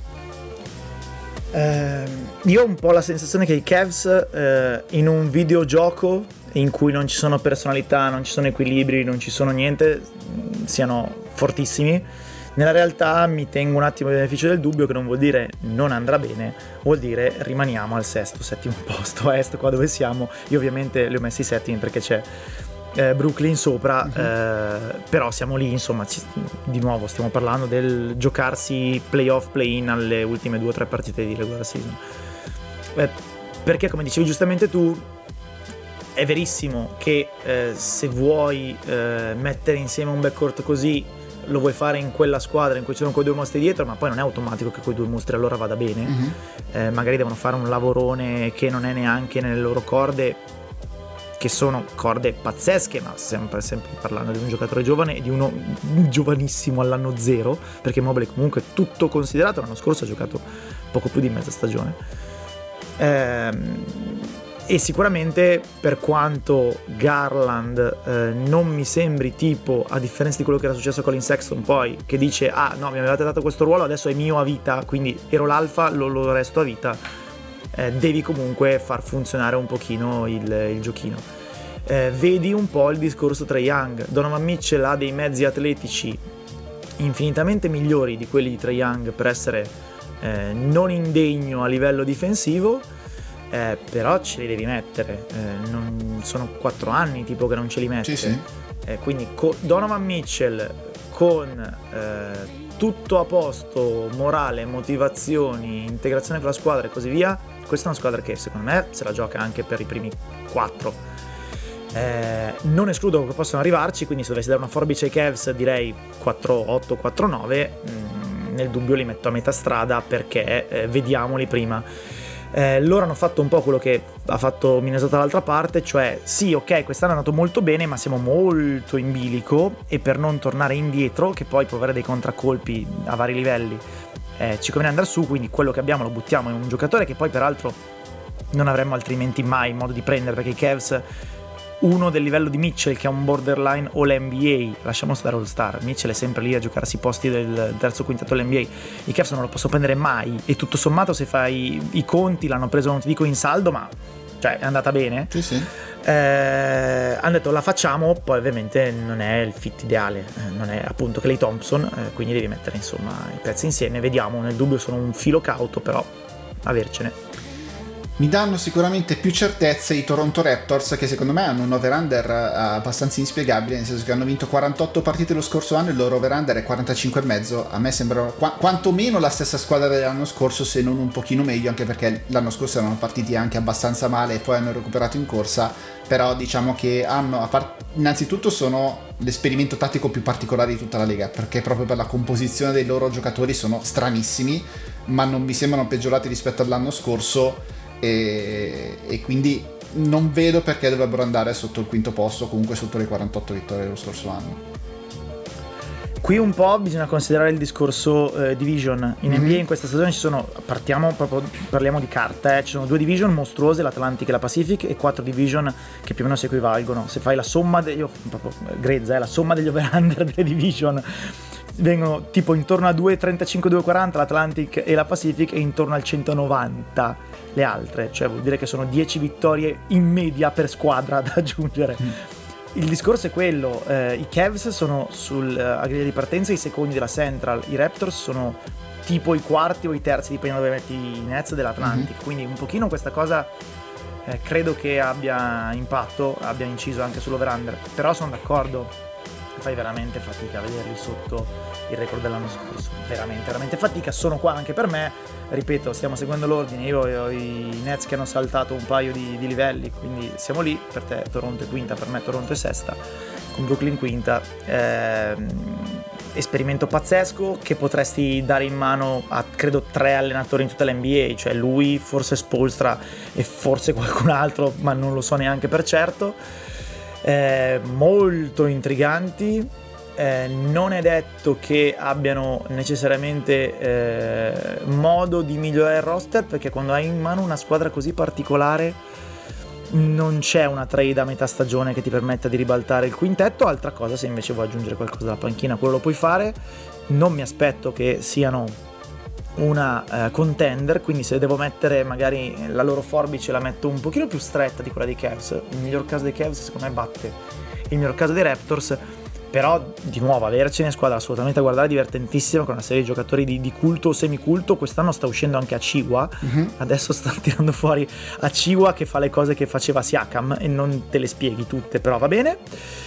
Io ho un po' la sensazione che i Cavs in un videogioco in cui non ci sono personalità, non ci sono equilibri, non ci sono niente, siano fortissimi. Nella realtà mi tengo un attimo il beneficio del dubbio, che non vuol dire non andrà bene, vuol dire rimaniamo al 6º, 7° posto a est, qua dove siamo. Io ovviamente li ho messi settimi perché c'è Brooklyn sopra, però siamo lì, insomma, di nuovo stiamo parlando del giocarsi playoff, play-in alle ultime 2 o 3 partite di regular season, perché come dicevi giustamente tu, è verissimo che se vuoi mettere insieme un backcourt così, lo vuoi fare in quella squadra in cui ci sono quei 2 mostri dietro, ma poi non è automatico che quei 2 mostri allora vada bene. Magari devono fare un lavorone che non è neanche nelle loro corde, che sono corde pazzesche, ma sempre parlando di un giocatore giovane e di uno giovanissimo all'anno 0, perché Mobley comunque tutto considerato l'anno scorso ha giocato poco più di mezza stagione, e sicuramente per quanto Garland non mi sembri tipo, a differenza di quello che era successo a Colin Sexton poi, che dice no, mi avevate dato questo ruolo, adesso è mio a vita, quindi ero l'alfa, lo resto a vita, devi comunque far funzionare un pochino il giochino. vedi un po' il discorso Trae Young. Donovan Mitchell ha dei mezzi atletici infinitamente migliori di quelli di Trae Young per essere non indegno a livello difensivo, però ce li devi mettere, non sono 4 anni tipo che non ce li mette. Sì. Quindi Donovan Mitchell con tutto a posto, morale, motivazioni, integrazione con la squadra e così via, questa è una squadra che secondo me se la gioca anche per i primi 4. Non escludo che possano arrivarci, quindi se dovessi dare una forbice ai Cavs direi 4-8, 4-9, nel dubbio li metto a metà strada perché vediamoli prima. Loro hanno fatto un po' quello che ha fatto Minnesota dall'altra parte, cioè sì, ok, quest'anno è andato molto bene, ma siamo molto in bilico e per non tornare indietro, che poi può avere dei contraccolpi a vari livelli, ci conviene andare su, quindi quello che abbiamo lo buttiamo in un giocatore che poi peraltro non avremmo altrimenti mai modo di prendere, perché i Cavs, uno del livello di Mitchell che è un borderline All-NBA, lasciamo stare All-Star, Mitchell è sempre lì a giocarsi i posti del terzo quintetto dell'NBA, i Cavs non lo posso prendere mai e tutto sommato se fai i conti l'hanno preso, non ti dico in saldo, ma cioè è andata bene. Sì. Hanno detto la facciamo, poi ovviamente non è il fit ideale, non è appunto Klay Thompson, quindi devi mettere insomma i pezzi insieme, vediamo, nel dubbio sono un filo cauto, però avercene. Mi danno sicuramente più certezze i Toronto Raptors, che secondo me hanno un over-under abbastanza inspiegabile, nel senso che hanno vinto 48 partite lo scorso anno e il loro over-under è 45,5. A me sembrano quantomeno la stessa squadra dell'anno scorso, se non un pochino meglio, anche perché l'anno scorso erano partiti anche abbastanza male e poi hanno recuperato in corsa. Però diciamo che hanno, innanzitutto sono l'esperimento tattico più particolare di tutta la Lega, perché proprio per la composizione dei loro giocatori sono stranissimi, ma non mi sembrano peggiorati rispetto all'anno scorso. E quindi non vedo perché dovrebbero andare sotto il quinto posto, comunque sotto le 48 vittorie dello scorso anno. Qui un po' bisogna considerare il discorso division. In NBA in questa stagione ci sono, parliamo di carta, ci sono 2 division mostruose, l'Atlantic e la Pacific, e 4 division che più o meno si equivalgono. Se fai la somma grezza, la somma degli over-under delle division vengono tipo intorno a 2,35, 2,40 l'Atlantic e la Pacific, e intorno al 190 le altre, cioè vuol dire che sono 10 vittorie in media per squadra da aggiungere. Il discorso è quello, i Cavs sono a griglia di partenza i secondi della Central, i Raptors sono tipo i quarti o i terzi, dipende dove metti i Nets dell'Atlantic, quindi un pochino questa cosa credo che abbia impatto, abbia inciso anche sull'over-under, però sono d'accordo, fai veramente fatica a vederli sotto il record dell'anno scorso, veramente fatica. Sono qua anche per me, ripeto, stiamo seguendo l'ordine, io ho i Nets che hanno saltato un paio di livelli, quindi siamo lì, per te Toronto è quinta, per me Toronto è sesta, con Brooklyn quinta. Esperimento pazzesco che potresti dare in mano a credo 3 allenatori in tutta l'NBA, cioè lui, forse Spoelstra e forse qualcun altro, ma non lo so neanche per certo. Molto intriganti, non è detto che abbiano necessariamente modo di migliorare il roster, perché quando hai in mano una squadra così particolare non c'è una trade a metà stagione che ti permetta di ribaltare il quintetto. Altra cosa se invece vuoi aggiungere qualcosa dalla panchina, quello lo puoi fare. Non mi aspetto che siano una contender, quindi se devo mettere magari la loro forbice la metto un pochino più stretta di quella dei Cavs. Il miglior caso dei Cavs secondo me batte il miglior caso dei Raptors, però di nuovo avercene squadra assolutamente a guardare, divertentissima, con una serie di giocatori di culto o semiculto. Quest'anno sta uscendo anche Achiuwa, adesso sta tirando fuori Achiuwa che fa le cose che faceva Siakam e non te le spieghi tutte, però va bene.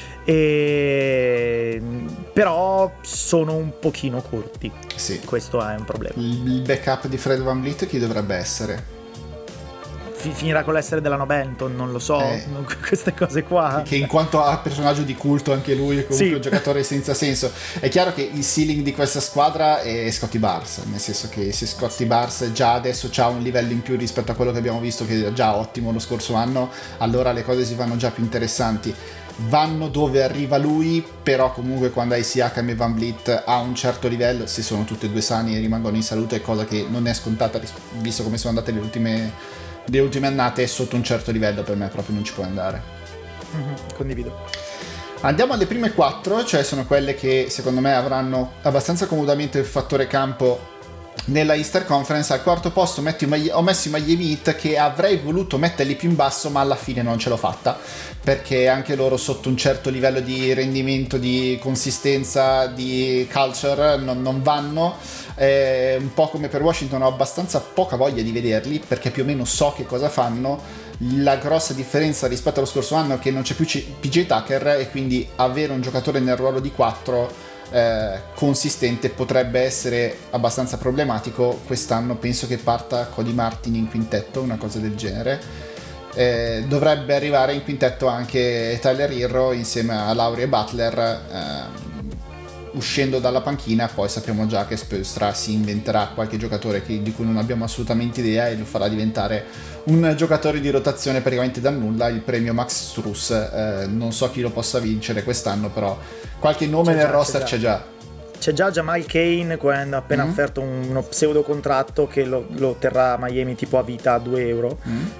Però sono un pochino corti, sì. Questo è un problema. Il backup di Fred VanVleet chi dovrebbe essere? Finirà con l'essere della Benton, non lo so, queste cose qua. Che in quanto a personaggio di culto anche lui è comunque un giocatore senza senso. È chiaro che il ceiling di questa squadra è Scottie Barnes, nel senso che se Scottie Barnes già adesso ha un livello in più rispetto a quello che abbiamo visto, che era già ottimo lo scorso anno, allora le cose si fanno già più interessanti. Vanno dove arriva lui, però comunque quando hai Siakam e VanVleet a un certo livello, se sono tutti e due sani e rimangono in salute, cosa che non è scontata visto come sono andate le ultime annate, sotto un certo livello per me proprio non ci può andare. Condivido. Andiamo alle prime 4, cioè sono quelle che secondo me avranno abbastanza comodamente il fattore campo nella Easter Conference. Al quarto posto ho messo i Miami Heat, che avrei voluto metterli più in basso, ma alla fine non ce l'ho fatta, perché anche loro sotto un certo livello di rendimento, di consistenza, di culture non vanno. Un po' come per Washington, ho abbastanza poca voglia di vederli, perché più o meno so che cosa fanno. La grossa differenza rispetto allo scorso anno è che non c'è più PJ Tucker, e quindi avere un giocatore nel ruolo di 4 consistente potrebbe essere abbastanza problematico. Quest'anno penso che parta Cody Martin in quintetto, una cosa del genere. Dovrebbe arrivare in quintetto anche Tyler Herro insieme a Lowry e Butler, uscendo dalla panchina. Poi sappiamo già che Spoelstra si inventerà qualche giocatore di cui non abbiamo assolutamente idea, e lo farà diventare un giocatore di rotazione praticamente dal nulla, il premio Max Strus. Non so chi lo possa vincere quest'anno, però qualche nome nel roster c'è già. C'è già Jamal Cain, quando ha appena offerto uno pseudo contratto che lo terrà a Miami tipo a vita a $2,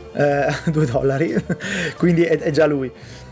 $2, quindi è già lui.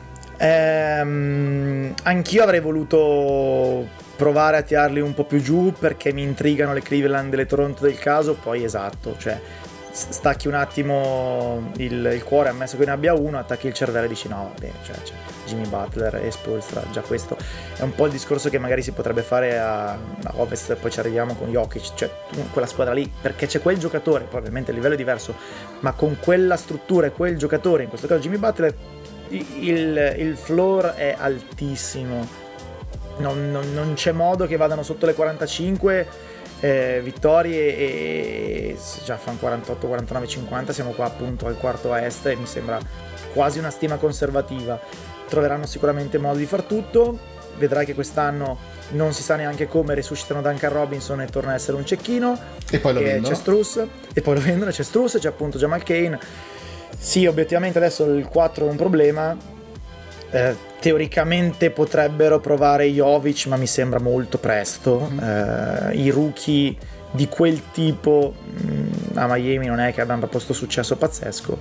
Anch'io avrei voluto provare a tirarli un po' più giù, perché mi intrigano le Cleveland e le Toronto del caso. Poi esatto, cioè stacchi un attimo il cuore, ammesso che ne abbia uno, attacchi il cervello e dici no vabbè, cioè Jimmy Butler e Spoelstra, già questo è un po' il discorso che magari si potrebbe fare a Ovest, poi ci arriviamo con Jokic, cioè quella squadra lì, perché c'è quel giocatore, poi ovviamente il livello è diverso, ma con quella struttura e quel giocatore, in questo caso Jimmy Butler, il floor è altissimo, non c'è modo che vadano sotto le 45 vittorie, e già fanno 48, 49, 50, siamo qua appunto al quarto a est, e mi sembra quasi una stima conservativa. Troveranno sicuramente modo di far tutto. Vedrai che quest'anno non si sa neanche come resuscitano Duncan Robinson e torna a essere un cecchino, e poi lo vendono. C'è Strus, e poi lo vendono, c'è Strus, c'è appunto Jamal Cain. Sì, obiettivamente adesso il 4 è un problema. Teoricamente potrebbero provare Jovic, ma mi sembra molto presto. I rookie di quel tipo a Miami non è che abbiano proposto successo pazzesco,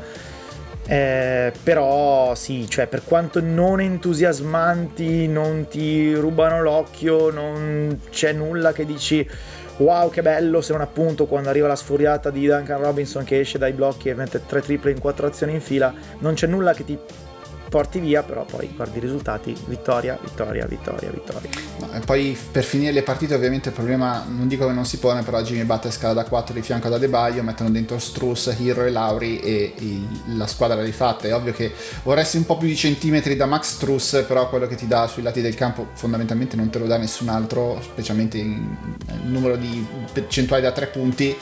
però sì, cioè per quanto non entusiasmanti, non ti rubano l'occhio, non c'è nulla che dici wow che bello, se non appunto quando arriva la sfuriata di Duncan Robinson che esce dai blocchi e mette 3 triple in 4 azioni in fila. Non c'è nulla che ti porti via, però poi guardi i risultati, vittoria. No, e poi per finire le partite ovviamente il problema, non dico che non si pone, però Jimmy Butler scala da 4 di fianco ad Adebayo, mettono dentro Strus, Herro e Lowry, e la squadra è rifatta. È ovvio che vorresti un po' più di centimetri da Max Strus, però quello che ti dà sui lati del campo fondamentalmente non te lo dà nessun altro, specialmente in numero di percentuali da 3 punti.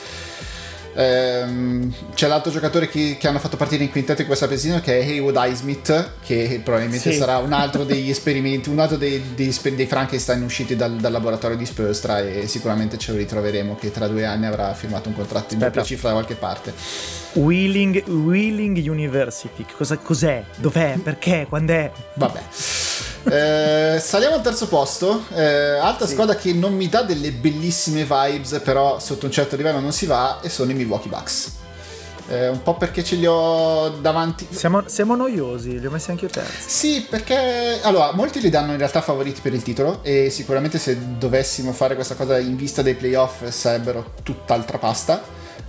C'è l'altro giocatore che hanno fatto partire in quintetto in questa preseason, che è Haywood Highsmith, che probabilmente sarà un altro degli esperimenti, un altro dei Frankenstein usciti dal laboratorio di Spoelstra, e sicuramente ce lo ritroveremo che tra 2 anni avrà firmato un contratto in doppia cifra da qualche parte. Wheeling University, cos'è? Dov'è? Perché? Quand'è? Vabbè. Saliamo al terzo posto, altra squadra che non mi dà delle bellissime vibes, però sotto un certo livello non si va, e sono i Milwaukee Bucks. Un po' perché ce li ho davanti. Siamo noiosi, li ho messi anche io terzi. Sì, perché allora molti li danno in realtà favoriti per il titolo, e sicuramente se dovessimo fare questa cosa in vista dei playoff sarebbero tutt'altra pasta.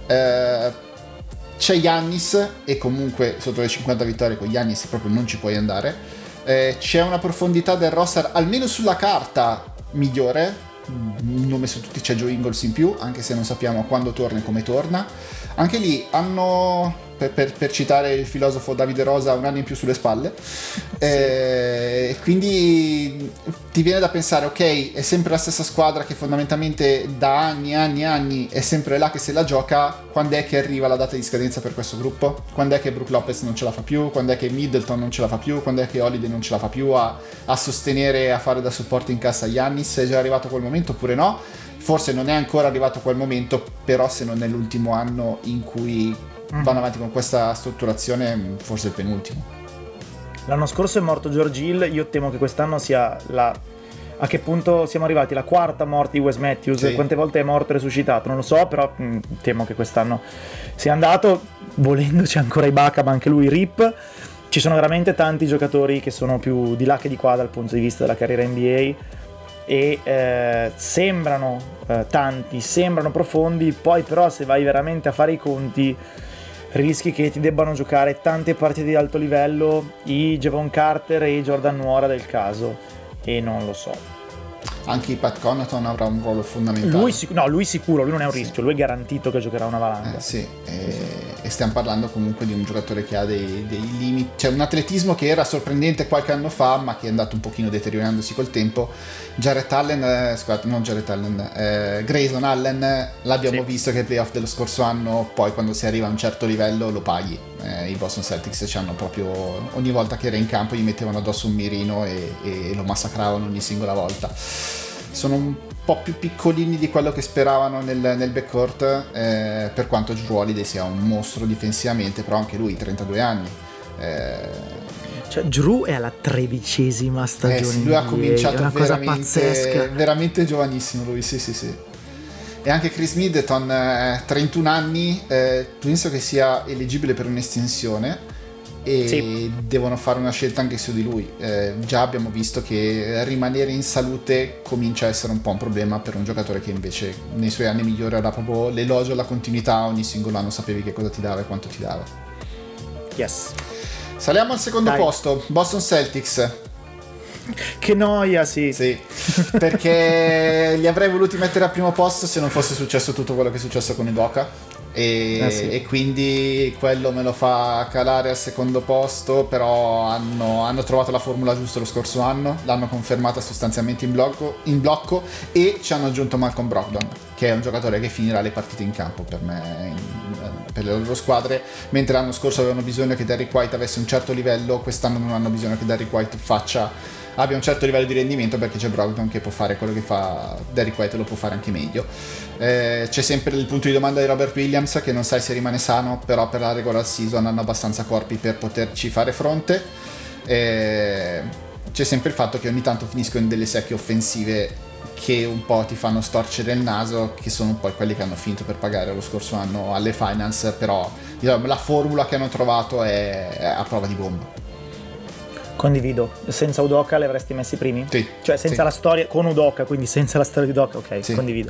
C'è Giannis, e comunque sotto le 50 vittorie con Giannis proprio non ci puoi andare. C'è una profondità del roster almeno sulla carta migliore, un nome su tutti c'è Joe Ingles in più, anche se non sappiamo quando torna e come torna. Anche lì hanno, per citare il filosofo Davide Rosa, un anno in più sulle spalle, quindi ti viene da pensare ok, è sempre la stessa squadra che fondamentalmente da anni è sempre là che se la gioca. Quando è che arriva la data di scadenza per questo gruppo? Quando è che Brook Lopez non ce la fa più? Quando è che Middleton non ce la fa più? Quando è che Holiday non ce la fa più a sostenere, a fare da supporto in cassa a Giannis? È già arrivato quel momento oppure no? Forse non è ancora arrivato quel momento, però se non è l'ultimo anno in cui vanno avanti con questa strutturazione, forse il penultimo. L'anno scorso è morto George Hill, io temo che quest'anno sia a che punto siamo arrivati? La quarta morte di Wes Matthews, sì. Quante volte è morto e resuscitato? Non lo so, però temo che quest'anno sia andato, volendoci ancora Ibaka, ma anche lui rip. Ci sono veramente tanti giocatori che sono più di là che di qua dal punto di vista della carriera NBA. e sembrano tanti, sembrano profondi, poi però se vai veramente a fare i conti rischi che ti debbano giocare tante partite di alto livello i Jevon Carter e i Jordan Nwora del caso, e non lo so. Anche Pat Connaughton avrà un ruolo fondamentale. Lui sicuro, lui non è un rischio, lui è garantito che giocherà una valanga. Sì, e stiamo parlando comunque di un giocatore che ha dei limiti, cioè un atletismo che era sorprendente qualche anno fa, ma che è andato un pochino deteriorandosi col tempo. Grayson Allen l'abbiamo visto che ai playoff dello scorso anno, poi quando si arriva a un certo livello lo paghi. I Boston Celtics ci hanno proprio, ogni volta che era in campo gli mettevano addosso un mirino e lo massacravano ogni singola volta. Sono un po' più piccolini di quello che speravano nel backcourt, per quanto Jrue Holiday sia un mostro difensivamente, però anche lui 32 anni. Cioè Jrue è alla 13ª stagione. Sì, lui ha cominciato è una cosa pazzesca, veramente giovanissimo lui, sì. E anche Chris Middleton, 31 anni, penso che sia eligibile per un'estensione e devono fare una scelta anche su di lui. Già abbiamo visto che rimanere in salute comincia a essere un po' un problema per un giocatore che invece nei suoi anni migliori era proprio l'elogio alla continuità, ogni singolo anno sapevi che cosa ti dava e quanto ti dava. Yes. Saliamo al secondo posto, Boston Celtics. Che noia, sì, perché li avrei voluti mettere al primo posto se non fosse successo tutto quello che è successo con Udoka. E quindi quello me lo fa calare al secondo posto, però hanno trovato la formula giusta lo scorso anno, l'hanno confermata sostanzialmente in blocco e ci hanno aggiunto Malcolm Brogdon, che è un giocatore che finirà le partite in campo per me, per le loro squadre. Mentre l'anno scorso avevano bisogno che Derrick White avesse un certo livello, quest'anno non hanno bisogno che Derrick White abbia un certo livello di rendimento, perché c'è Brogdon che può fare quello che fa Derrick White e lo può fare anche meglio. C'è sempre il punto di domanda di Robert Williams, che non sai se rimane sano, però per la regular season hanno abbastanza corpi per poterci fare fronte. C'è sempre il fatto che ogni tanto finiscono in delle secche offensive che un po' ti fanno storcere il naso, che sono poi quelli che hanno finito per pagare lo scorso anno alle finals, però diciamo, la formula che hanno trovato è a prova di bomba. Condivido. Senza Udoka li avresti messi primi? Sì. Cioè senza la storia con Udoka, quindi senza la storia di Udoka, ok, sì. Condivido.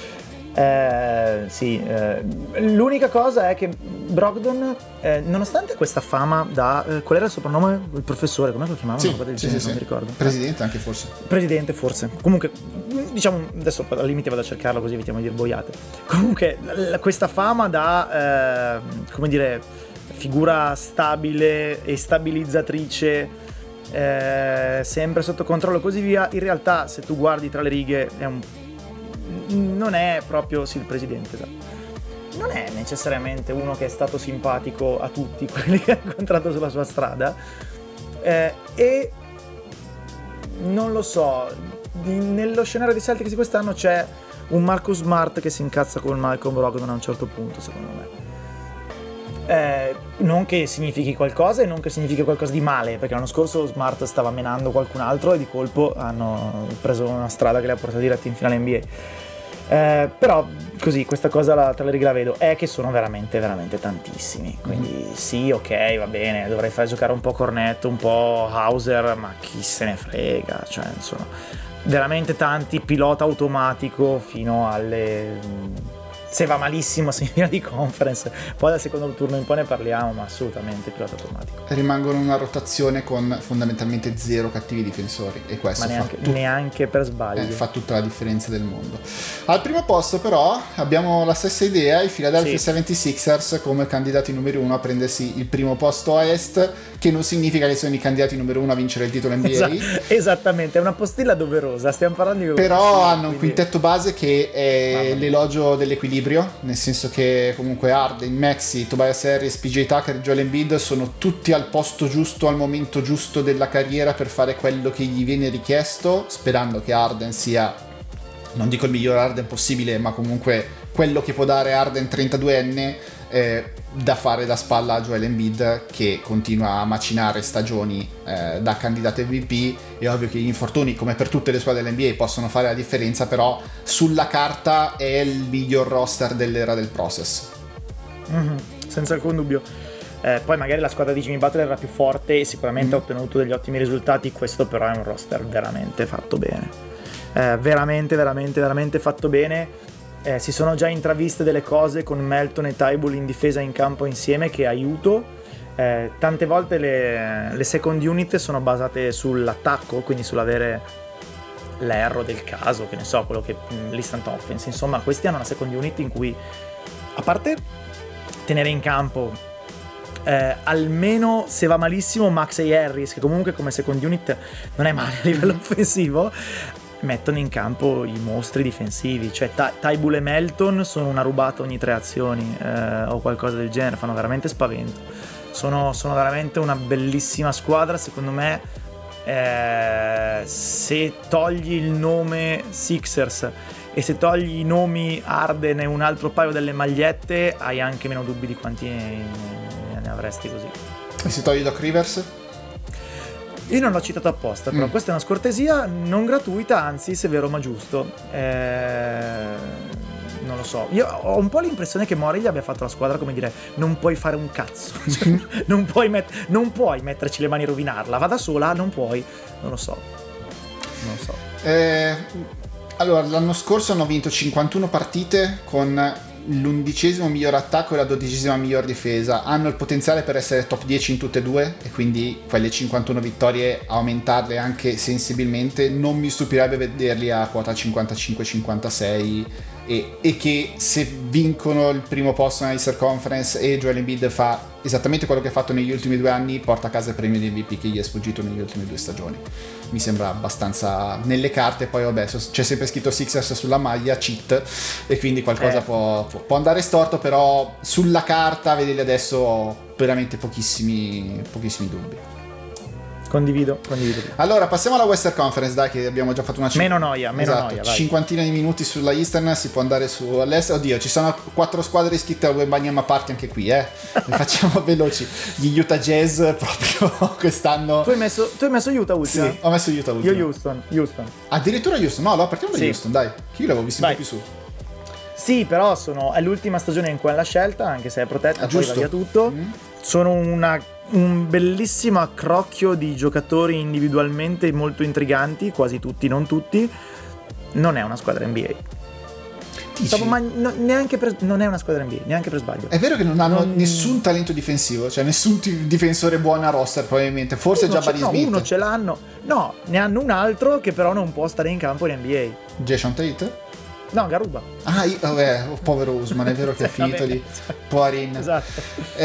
L'unica cosa è che Brogdon, nonostante questa fama da qual era il soprannome? Il professore, come lo chiamavano? Sì, Non mi ricordo. Presidente anche forse. Presidente forse. Comunque, diciamo, adesso al limite vado a cercarlo così evitiamo di dire boiate. Comunque, questa fama da, come dire, figura stabile e stabilizzatrice, sempre sotto controllo e così via, in realtà se tu guardi tra le righe non è proprio il presidente, non è necessariamente uno che è stato simpatico a tutti quelli che ha incontrato sulla sua strada, e non lo so, nello scenario dei Celtics di quest'anno c'è un Marcus Smart che si incazza con Malcolm Brogdon a un certo punto, secondo me. Non che significhi qualcosa e non che significhi qualcosa di male, perché l'anno scorso Smart stava menando qualcun altro e di colpo hanno preso una strada che li ha portati diretti in finale NBA. Però così questa cosa tra le righe la vedo, è che sono veramente veramente tantissimi, quindi sì, ok, va bene, dovrei far giocare un po' Cornetto, un po' Hauser, ma chi se ne frega, cioè insomma veramente tanti, pilota automatico fino alle... se va malissimo si viene di conference, poi dal secondo turno in poi ne parliamo, ma assolutamente pilota automatico. Rimangono una rotazione con fondamentalmente 0 cattivi difensori, e questo neanche per sbaglio fa tutta la differenza del mondo. Al primo posto però abbiamo la stessa idea, i Philadelphia 76ers come candidati numero 1 a prendersi il primo posto a est, che non significa che sono i candidati numero 1 a vincere il titolo NBA. Esattamente, è una postilla doverosa, stiamo parlando di però hanno un quintetto base che è l'elogio dell'equilibrio, nel senso che comunque Harden, Maxey, Tobias Harris, PJ Tucker e Joel Embiid sono tutti al posto giusto al momento giusto della carriera per fare quello che gli viene richiesto, sperando che Harden sia, non dico il miglior Harden possibile, ma comunque quello che può dare Harden 32enne, da fare da spalla a Joel Embiid, che continua a macinare stagioni da candidato MVP. È ovvio che gli infortuni, come per tutte le squadre dell'NBA, possono fare la differenza, però sulla carta è il miglior roster dell'era del process. Senza alcun dubbio. Poi magari la squadra di Jimmy Butler era più forte e sicuramente ha ottenuto degli ottimi risultati, questo però è un roster veramente fatto bene. veramente veramente veramente fatto bene. Si sono già intraviste delle cose con Melton e Tybul in difesa in campo insieme che aiuto. Tante volte le second unit sono basate sull'attacco, quindi sull'avere l'erro del caso, che ne so, quello che l'instant offense. Insomma, questi hanno una second unit in cui, a parte tenere in campo almeno, se va malissimo, Max e Harris, che comunque come second unit non è male a livello offensivo, mettono in campo i mostri difensivi. Cioè Tybul e Melton sono una rubata ogni 3 azioni o qualcosa del genere, fanno veramente spavento. Sono veramente una bellissima squadra, secondo me. Se togli il nome Sixers e se togli i nomi Harden e un altro paio delle magliette, hai anche meno dubbi di quanti ne avresti così. E se togli Doc Rivers? Io non l'ho citato apposta, però questa è una scortesia non gratuita, anzi severo ma giusto. Non lo so, io ho un po' l'impressione che Morey gli abbia fatto la squadra come dire: non puoi fare un cazzo, cioè, non puoi metterci le mani e rovinarla, va da sola, non puoi, non lo so. Allora, l'anno scorso hanno vinto 51 partite con l'11° miglior attacco e la 12ª miglior difesa. Hanno il potenziale per essere top 10 in tutte e due, e quindi quelle 51 vittorie aumentarle anche sensibilmente. Non mi stupirebbe vederli a quota 55-56 e che se vincono il primo posto nella Eastern Conference e Joel Embiid fa esattamente quello che ha fatto negli ultimi 2 anni, porta a casa il premio di MVP che gli è sfuggito negli ultimi 2 stagioni. Mi sembra abbastanza nelle carte. Poi vabbè, c'è sempre scritto Sixers sulla maglia, cheat, e quindi qualcosa può andare storto, però sulla carta, vederli adesso, ho veramente pochissimi dubbi. Condivido. Allora passiamo alla Western Conference, dai, che abbiamo già fatto una meno noia, vai. Cinquantina di minuti sulla Eastern, si può andare su all'est. Oddio, ci sono 4 squadre iscritte al Wembanyama Party anche qui, Le facciamo veloci. Gli Utah Jazz proprio quest'anno. Tu hai messo Utah ultima? Sì, ho messo Utah ultima. Io Houston. Addirittura Houston? No, partiamo da Houston, dai. Io l'avevo visto un po' più su. Sì, però è l'ultima stagione in cui è la scelta, anche se è protetta, poi va via tutto. Sono un bellissimo accrocchio di giocatori individualmente molto intriganti, quasi tutti, non tutti. Non è una squadra NBA. Non è una squadra NBA, neanche per sbaglio. È vero che non hanno nessun talento difensivo, cioè nessun difensore buono a roster probabilmente, forse Jabari Smith. Uno ce l'hanno, no, ne hanno un altro che però non può stare in campo in NBA. Jason Tate? No, Garuba. Povero Usman, è vero che è finito lì. Poirin. Esatto.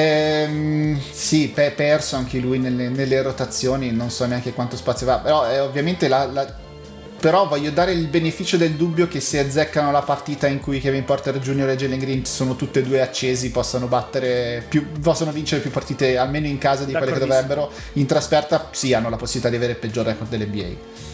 Sì, perso anche lui nelle rotazioni, non so neanche quanto spazio va, però ovviamente però voglio dare il beneficio del dubbio che se azzeccano la partita in cui Kevin Porter Jr. e Jalen Green sono tutte e due accesi, possono vincere più partite almeno in casa di quelle che dovrebbero. In trasferta sì, hanno la possibilità di avere il peggior record dell'NBA.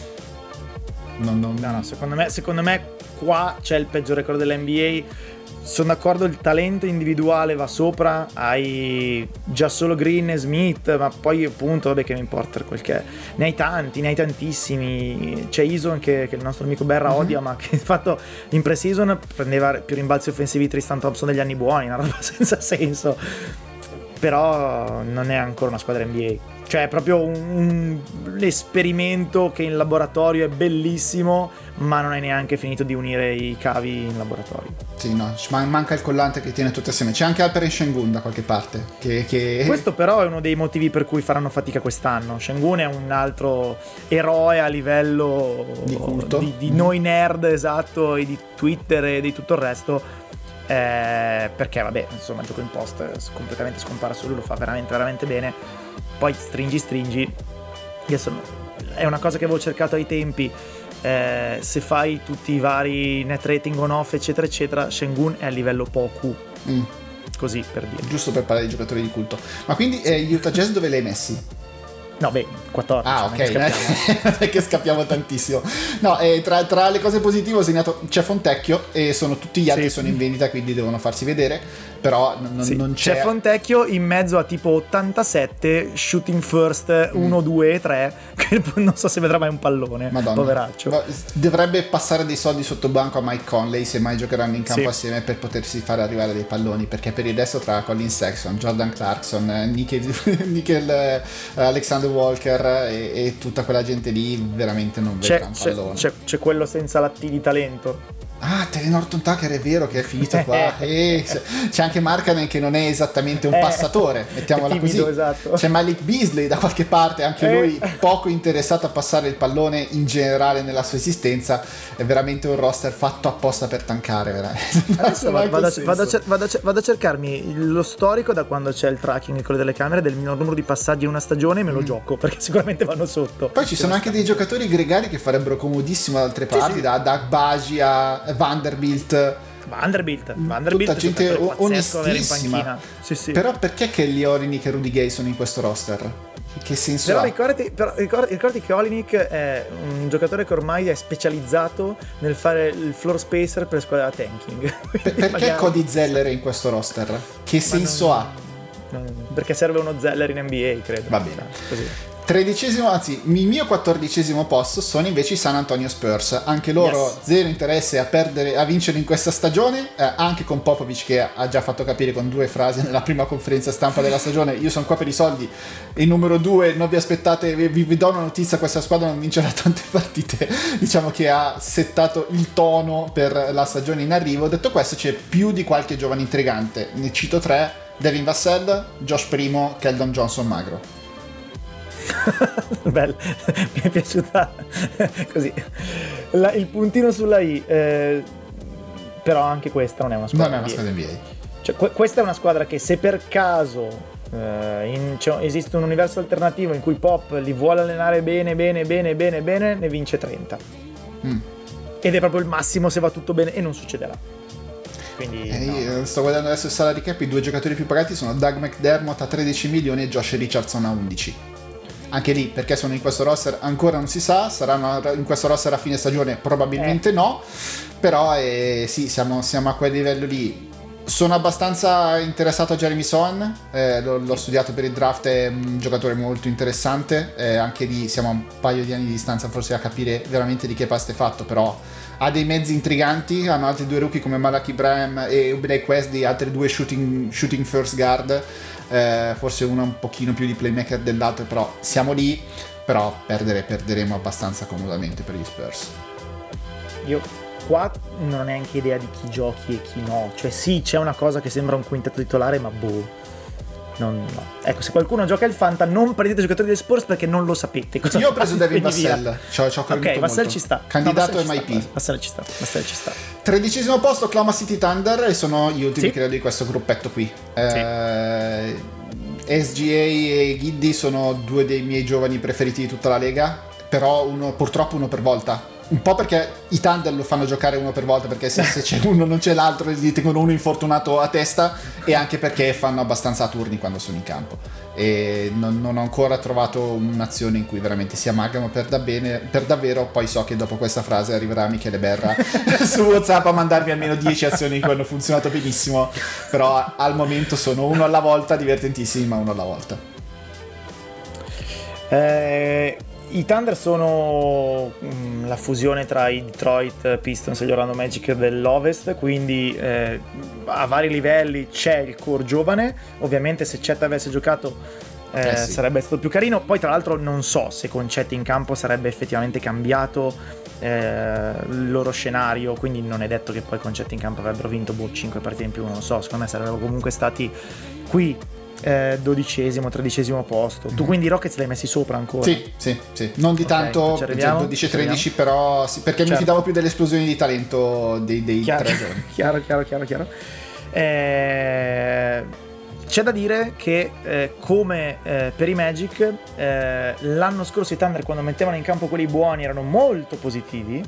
No, secondo me qua c'è il peggior record dell'NBA. Sono d'accordo, il talento individuale va sopra, hai già solo Green e Smith, ma poi appunto vabbè, che mi importa quel che è. Ne hai tantissimi. C'è Ison che il nostro amico Berra odia, ma che di fatto in pre-season prendeva più rimbalzi offensivi Tristan Thompson degli anni buoni, una roba senza senso. Però non è ancora una squadra NBA. Cioè è proprio un esperimento che in laboratorio è bellissimo, ma non hai neanche finito di unire i cavi in laboratorio. Sì, no, manca il collante che tiene tutte assieme. C'è anche Alperen Sengun da qualche parte. Questo però è uno dei motivi per cui faranno fatica quest'anno. Sengun è un altro eroe a livello di culto. Di noi nerd, esatto, e di Twitter e di tutto il resto. Perché vabbè, insomma, il gioco in post completamente scomparato, lui lo fa veramente veramente bene. Poi stringi. Adesso è una cosa che avevo cercato ai tempi. Se fai tutti i vari net rating on off eccetera eccetera, Sengun è a livello Poku. Così per dire. Giusto per parlare di giocatori di culto. Ma quindi gli Utah Jazz dove li hai messi? No, 14. Ah, ok, non è che scappiamo tantissimo. No, tra le cose positive ho segnato c'è Fontecchio e tutti gli altri sono in vendita, quindi devono farsi vedere. Però non c'è. C'è Fontecchio in mezzo a tipo 87 shooting first 1, 2 e 3, che non so se vedrà mai un pallone. Madonna. Poveraccio. Dovrebbe passare dei soldi sotto banco a Mike Conley se mai giocheranno in campo assieme, per potersi fare arrivare dei palloni, perché per il resto tra Colin Sexton, Jordan Clarkson, Nickel Alexander Walker e tutta quella gente lì veramente non vedrà un pallone. C'è quello senza la T di talento. Ah, Taylor Norton Tucker è vero che è finito qua. C'è anche Markkanen che non è esattamente un passatore, mettiamola timido, così. Esatto. C'è Malik Beasley da qualche parte, anche lui poco interessato a passare il pallone in generale nella sua esistenza. È veramente un roster fatto apposta per tankare, veramente. Adesso vado a cercarmi lo storico da quando c'è il tracking, quello delle camere, del minor numero di passaggi in una stagione e me lo gioco, perché sicuramente vanno sotto. Poi ci sono anche dei giocatori gregari che farebbero comodissimo da altre parti, sì. da Dagbaji a Vanderbilt, tutta gente onestissima. In sì. Però perché Kelly Olynyk e Rudy Gay sono in questo roster? Che senso ha? Ricordati che Olynyk è un giocatore che ormai è specializzato nel fare il floor spacer per squadra da tanking. Perché Cody Zeller è in questo roster? Che senso ha? Perché serve uno Zeller in NBA, credo. Va bene. Così. 13esimo, anzi il mio 14esimo posto sono invece i San Antonio Spurs. Anche loro zero interesse a vincere in questa stagione, anche con Popovich che ha già fatto capire con 2 frasi nella prima conferenza stampa della stagione: io sono qua per i soldi, e numero 2 non vi aspettate, vi do una notizia, questa squadra non vincerà tante partite. Diciamo che ha settato il tono per la stagione in arrivo. Detto questo, c'è più di qualche giovane intrigante, ne cito 3: Devin Vassell, Josh Primo, Keldon Johnson magro. Bello, mi è piaciuta così il puntino sulla I, però anche questa non è una squadra NBA. Cioè, questa è una squadra che, se per caso esiste un universo alternativo in cui Pop li vuole allenare bene, ne vince 30 ed è proprio il massimo se va tutto bene, e non succederà. Quindi sto guardando adesso il salary cap. I 2 giocatori più pagati sono Doug McDermott a 13 milioni e Josh Richardson a 11. Anche lì, perché sono in questo roster ancora non si sa. Saranno in questo roster a fine stagione? Probabilmente no. Però sì, siamo a quel livello lì. Sono abbastanza interessato a Jeremy Sohan, l'ho studiato per il draft, è un giocatore molto interessante, anche lì siamo a un paio di anni di distanza forse a capire veramente di che pasta è fatto, però ha dei mezzi intriganti. Hanno altri 2 rookie come Malak Ibrahim e Blake Wesley, altri 2 shooting first guard, forse uno un pochino più di playmaker dell'altro, però siamo lì. Però perderemo abbastanza comodamente per gli Spurs. Io qua non ho neanche idea di chi giochi e chi no. Cioè sì, c'è una cosa che sembra un quintetto titolare, ma no. Ecco, se qualcuno gioca il Fanta, non prendete giocatori dei Spurs perché non lo sapete. Io ho preso Devin Vassell. Ok, Vassell ci sta. Candidato MIP. Vassell ci sta. 13esimo posto Oklahoma City Thunder, e sono gli ultimi credo di questo gruppetto qui. SGA e Giddey sono 2 dei miei giovani preferiti di tutta la lega, però purtroppo uno per volta. Un po' perché i Thunder lo fanno giocare uno per volta, perché se c'è uno non c'è l'altro, gli tengono uno infortunato a testa, e anche perché fanno abbastanza a turni quando sono in campo, e non ho ancora trovato un'azione in cui veramente si amalgamo per davvero. Poi so che dopo questa frase arriverà Michele Berra su WhatsApp a mandarmi almeno 10 azioni che hanno funzionato benissimo, però al momento sono uno alla volta, divertentissimi, ma uno alla volta. I Thunder sono la fusione tra i Detroit Pistons e gli Orlando Magic dell'Ovest, quindi a vari livelli c'è il core giovane. Ovviamente se Chet avesse giocato sì, sarebbe stato più carino. Poi tra l'altro non so se con Chet in campo sarebbe effettivamente cambiato il loro scenario, quindi non è detto che poi con Chet in campo avrebbero vinto 5 partite in più, non lo so. Secondo me sarebbero comunque stati qui 12esimo, 13esimo posto. Tu quindi i Rockets li hai messi sopra ancora? Sì. Non di tanto, 12-13, però sì, perché mi fidavo più delle esplosioni di talento dei 3 giorni. Chiaro. C'è da dire che come per i Magic l'anno scorso i Thunder, quando mettevano in campo quelli buoni, erano molto positivi,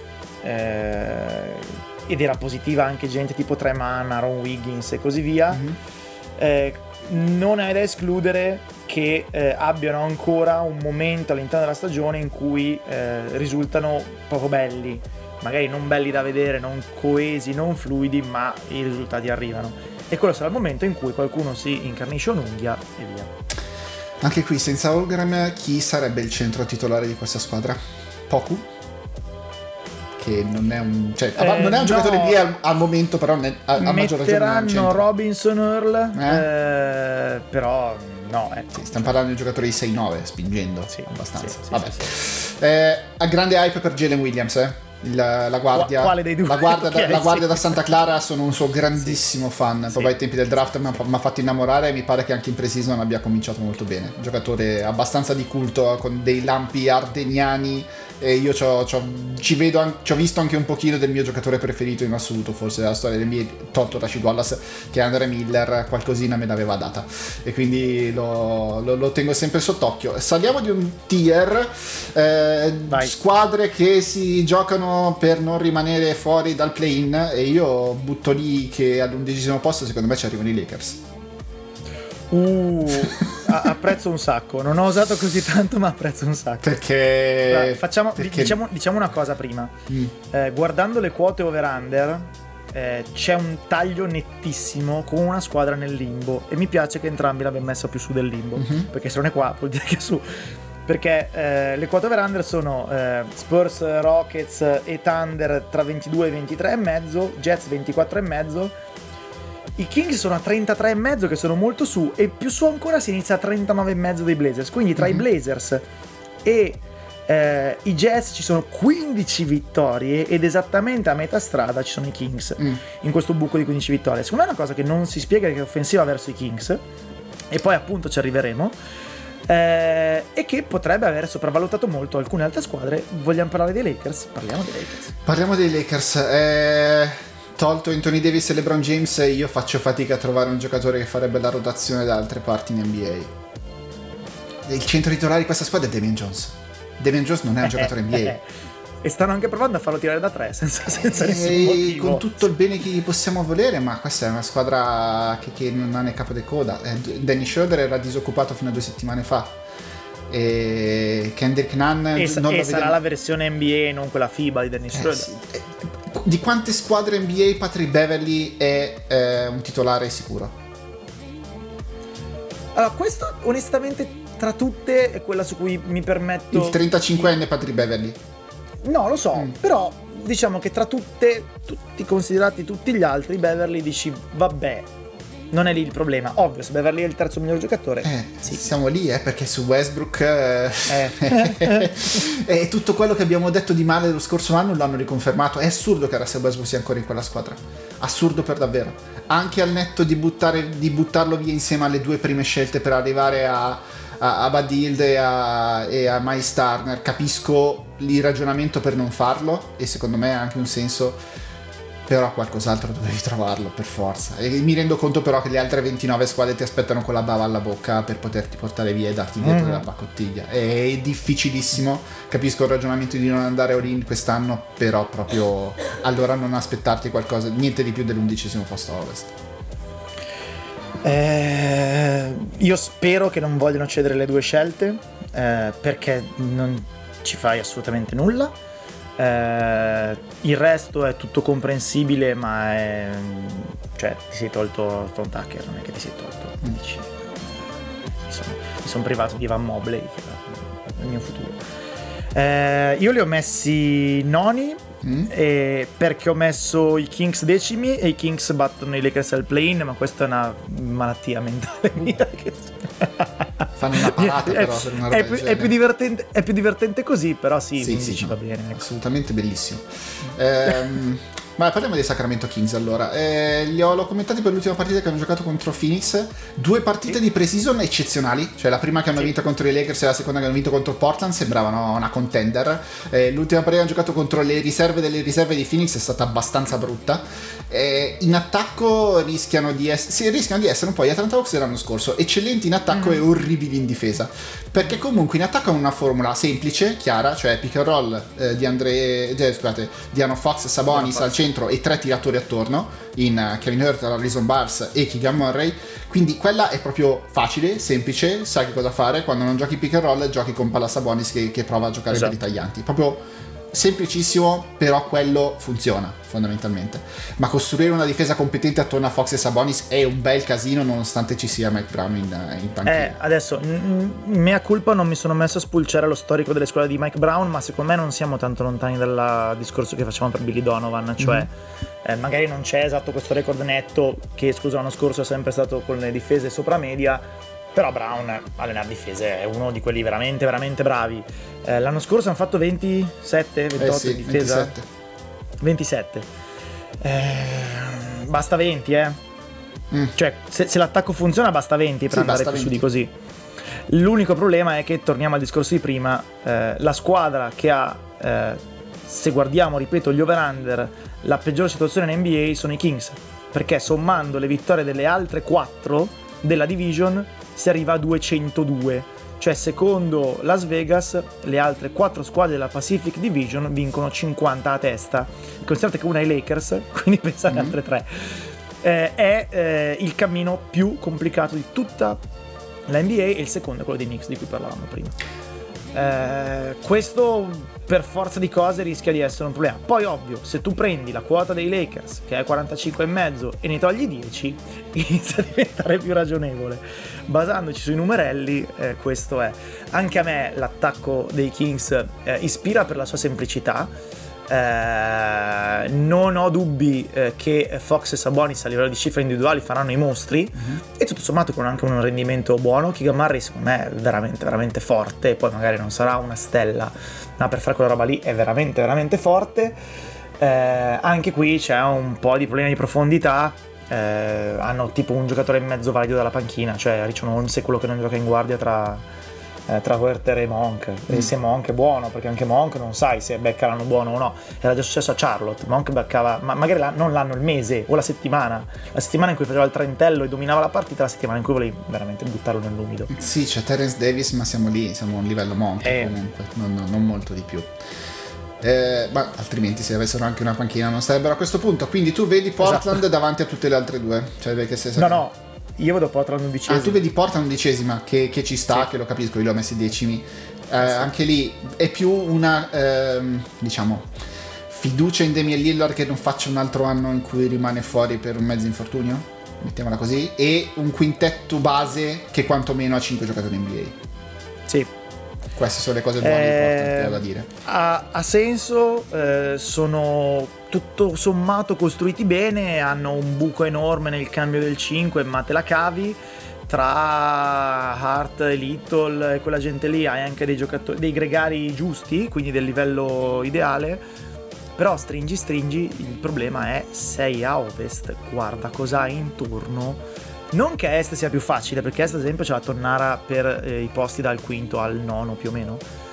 ed era positiva anche gente tipo Treman, Aaron Wiggins e così via. Non è da escludere che abbiano ancora un momento all'interno della stagione in cui risultano proprio belli, magari non belli da vedere, non coesi, non fluidi, ma i risultati arrivano, e quello sarà il momento in cui qualcuno si incarnisce un'unghia e via. Anche qui senza Holmgren, chi sarebbe il centro titolare di questa squadra? Poku? Che non è un giocatore lì al momento, però a maggior ragione metteranno Robinson, Earl, però no, ecco. Sì, stiamo parlando di un giocatore di 6-9, spingendo abbastanza. Sì, Vabbè. sì. Ha grande hype per Jalen Williams, la guardia. Quale dei due? La guardia Sì. da Santa Clara, sono un suo grandissimo fan. Proprio ai tempi del draft mi ha fatto innamorare, e mi pare che anche in pre-season abbia cominciato molto bene. Un giocatore abbastanza di culto, con dei lampi ardeniani, e io ci ho visto anche un pochino del mio giocatore preferito in assoluto, forse della storia del mio, tolto Rashid Wallace, che è Andre Miller, qualcosina me l'aveva data, e quindi lo tengo sempre sott'occhio. Saliamo di un tier, squadre che si giocano per non rimanere fuori dal play-in, e io butto lì che all'11° posto secondo me ci arrivano i Lakers. Apprezzo un sacco, non ho usato così tanto, ma apprezzo un sacco. Perché diciamo una cosa prima. Guardando le quote over-under, c'è un taglio nettissimo con una squadra nel limbo, e mi piace che entrambi l'abbiamo messa più su del limbo, perché se non è qua vuol dire che è su. Perché le quote over-under sono Spurs, Rockets e Thunder tra 22 e 23,5, Jets 24,5. I Kings sono a 33,5, che sono molto su, e più su ancora si inizia a 39,5 dei Blazers. Quindi tra i Blazers e i Jazz ci sono 15 vittorie, ed esattamente a metà strada ci sono i Kings in questo buco di 15 vittorie. Secondo me è una cosa che non si spiega, che è offensiva verso i Kings, e poi appunto ci arriveremo, e che potrebbe aver sopravvalutato molto alcune altre squadre. Vogliamo parlare dei Lakers? Parliamo dei Lakers. Tolto Anthony Davis e LeBron James, io faccio fatica a trovare un giocatore che farebbe la rotazione da altre parti in NBA. Il centro titolare di questa squadra è Damian Jones. Damian Jones non è un giocatore NBA. E stanno anche provando a farlo tirare da 3 senza nessun motivo. Con tutto il bene che gli possiamo volere, ma questa è una squadra che non ha né capo né coda. Danny Schroeder era disoccupato fino a 2 settimane fa. E Kendrick Nunn sarà la versione NBA, non quella FIBA di Danny Schroeder. Sì. Di quante squadre NBA Patrick Beverley è un titolare sicuro? Allora, questo onestamente tra tutte è quella su cui mi permetto. Il 35enne Patrick Beverley? No, lo so, però diciamo che tra tutti considerati tutti gli altri, Beverley dici vabbè, non è lì il problema. Ovvio, se Beverley è il terzo miglior giocatore, sì. Siamo lì, perché su Westbrook e tutto quello che abbiamo detto di male lo scorso anno l'hanno riconfermato. È assurdo che Russell Westbrook sia ancora in quella squadra, assurdo per davvero. Anche al netto di buttarlo via insieme alle 2 prime scelte per arrivare a Bud Hield e a Miles Turner, capisco il ragionamento per non farlo, e secondo me ha anche un senso, però qualcos'altro dovevi trovarlo per forza. E mi rendo conto però che le altre 29 squadre ti aspettano con la bava alla bocca per poterti portare via e darti dietro la bacottiglia. È difficilissimo, capisco il ragionamento di non andare all-in quest'anno, però proprio allora non aspettarti qualcosa, niente di più dell'11° posto a Ovest. Io spero che non vogliano cedere le 2 scelte, perché non ci fai assolutamente nulla. Il resto è tutto comprensibile, ma cioè ti sei tolto Stone Tucker, non è che ti sei tolto, mi sono privato di Evan Mobley, che è il mio futuro. Io li ho messi noni, perché ho messo i Kings decimi e i Kings battono i Lakers al play-in, ma questa è una malattia mentale mia fanno una parata però per una roba è più divertente così, però sì, va bene, assolutamente bellissimo. Ma parliamo dei Sacramento Kings allora. L'ho commentati per l'ultima partita che hanno giocato contro Phoenix. 2 partite di pre-season eccezionali, cioè la prima che hanno vinto contro i Lakers e la seconda che hanno vinto contro Portland sembravano una contender. L'ultima partita che hanno giocato contro le riserve delle riserve di Phoenix è stata abbastanza brutta. In attacco rischiano di essere un po' gli Atlanta Hawks dell'anno scorso, eccellenti in attacco e orribili in difesa, perché comunque in attacco hanno una formula semplice, chiara, cioè pick and roll di Aaron Fox e Sabonis al centro e 3 tiratori attorno in Kevin Hurt, Harrison Barnes e Keegan Murray. Quindi quella è proprio facile, semplice, sai che cosa fare. Quando non giochi pick and roll giochi con palla Sabonis che prova a giocare per i taglianti, proprio semplicissimo, però quello funziona fondamentalmente. Ma costruire una difesa competente attorno a Fox e Sabonis è un bel casino, nonostante ci sia Mike Brown in panchina. Adesso mea culpa, non mi sono messo a spulciare lo storico delle squadre di Mike Brown, ma secondo me non siamo tanto lontani dal discorso che facciamo per Billy Donovan, cioè magari non c'è esatto questo record netto che scusa l'anno scorso è sempre stato con le difese sopra media, Però Brown, allenare difese, è uno di quelli veramente, veramente bravi. L'anno scorso hanno fatto 27, 28 sì, di difesa. 27. Basta 20, Cioè, se l'attacco funziona basta 20 per andare più 20. Su di così. L'unico problema è che, torniamo al discorso di prima, la squadra che ha, se guardiamo, ripeto, gli over-under, la peggiore situazione in NBA sono i Kings, perché sommando le vittorie delle altre 4 della division si arriva a 202, cioè secondo Las Vegas le altre 4 squadre della Pacific Division vincono 50 a testa. Considerate che una è i Lakers, quindi pensate alle altre 3. È il cammino più complicato di tutta la NBA, e il secondo è quello dei Knicks di cui parlavamo prima. Questo per forza di cose rischia di essere un problema. Poi ovvio, se tu prendi la quota dei Lakers, che è 45,5, e ne togli 10, inizia a diventare più ragionevole. Basandoci sui numerelli, questo è. Anche a me l'attacco dei Kings ispira per la sua semplicità. Non ho dubbi che Fox e Sabonis a livello di cifre individuali faranno i mostri, e tutto sommato con anche un rendimento buono. Keegan Murray secondo me è veramente veramente forte, poi magari non sarà una stella, ma per fare quella roba lì è veramente veramente forte. Anche qui c'è un po' di problemi di profondità. Hanno tipo un giocatore in mezzo valido dalla panchina, cioè Richon Holmes è quello che non gioca in guardia tra Huerter e Monk. E se Monk è buono, perché anche Monk non sai se becca l'anno buono o no. Era già successo a Charlotte, Monk beccava magari non l'anno, il mese o la settimana in cui faceva il trentello e dominava la partita, la settimana in cui volevi veramente buttarlo nell'umido. Sì, c'è Terence Davis, ma siamo lì, siamo a un livello Monk comunque, non molto di più. Ma altrimenti se avessero anche una panchina non sarebbero a questo punto. Quindi tu vedi Portland davanti a tutte le altre due, cioè perché no, io vedo Portland 11esima. Ah, tu vedi Portland 11esima, che ci sta, sì. Che lo capisco, io li ho messi 10. Anche lì è più una diciamo fiducia in Damian Lillard che non faccia un altro anno in cui rimane fuori per un mezzo infortunio, mettiamola così, e un quintetto base che quantomeno ha 5 giocatori NBA. Sì. Queste sono le cose buone di Portland che ho da dire. Ha senso, sono tutto sommato costruiti bene, hanno un buco enorme nel cambio del 5, ma te la cavi. Tra Hart e Little e quella gente lì hai anche dei giocatori, dei gregari giusti, quindi del livello ideale. Però stringi, il problema è sei a ovest, guarda cosa hai intorno. Non che a est sia più facile, perché a est ad esempio c'è la tonnara per i posti dal quinto al nono più o meno.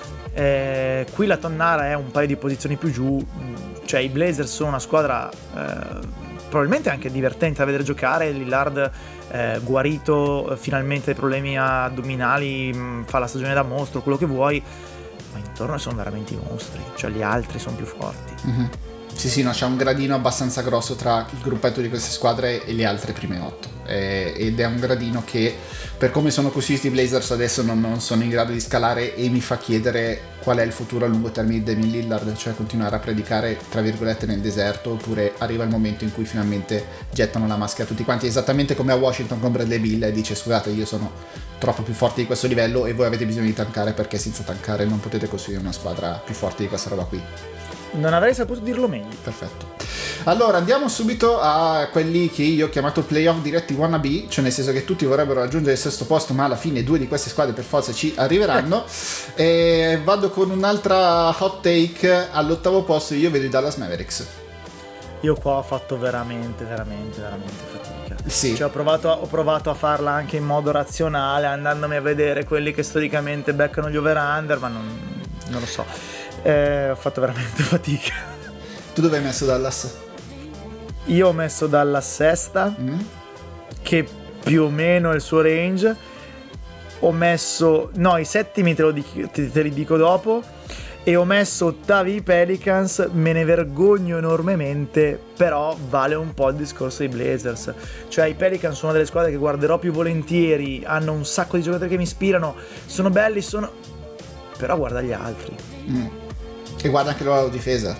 Qui la tonnara è un paio di posizioni più giù, cioè i Blazers sono una squadra probabilmente anche divertente da vedere giocare. Lillard guarito finalmente dai problemi addominali, fa la stagione da mostro, quello che vuoi, ma intorno sono veramente i mostri, cioè gli altri sono più forti. Sì, no, c'è un gradino abbastanza grosso tra il gruppetto di queste squadre e le altre prime 8, ed è un gradino che, per come sono costruiti i Blazers adesso, non sono in grado di scalare, e mi fa chiedere qual è il futuro a lungo termine di Damian Lillard, cioè continuare a predicare tra virgolette nel deserto, oppure arriva il momento in cui finalmente gettano la maschera a tutti quanti, esattamente come a Washington con Bradley Beal, e dice: scusate, io sono troppo più forte di questo livello e voi avete bisogno di tankare, perché senza tankare non potete costruire una squadra più forte di questa roba qui. Non avrei saputo dirlo meglio. Perfetto. Allora andiamo subito a quelli che io ho chiamato playoff diretti wannabe, cioè nel senso che tutti vorrebbero raggiungere il sesto posto, ma alla fine 2 di queste squadre per forza ci arriveranno. E vado con un'altra hot take. All'8º posto io vedo i Dallas Mavericks. Io qua ho fatto veramente fatica. Sì. Cioè, ho provato a farla anche in modo razionale, andandomi a vedere quelli che storicamente beccano gli over-under, ma non lo so. Ho fatto veramente fatica. Tu dove hai messo Dallas? Io ho messo Dallas sesta, che più o meno è il suo range. Ho messo i settimi te li dico dopo. E ho messo ottavi i Pelicans. Me ne vergogno enormemente, però vale un po' il discorso dei Blazers. Cioè i Pelicans sono una delle squadre che guarderò più volentieri, hanno un sacco di giocatori che mi ispirano, sono belli, però guarda gli altri. E guarda anche la loro difesa.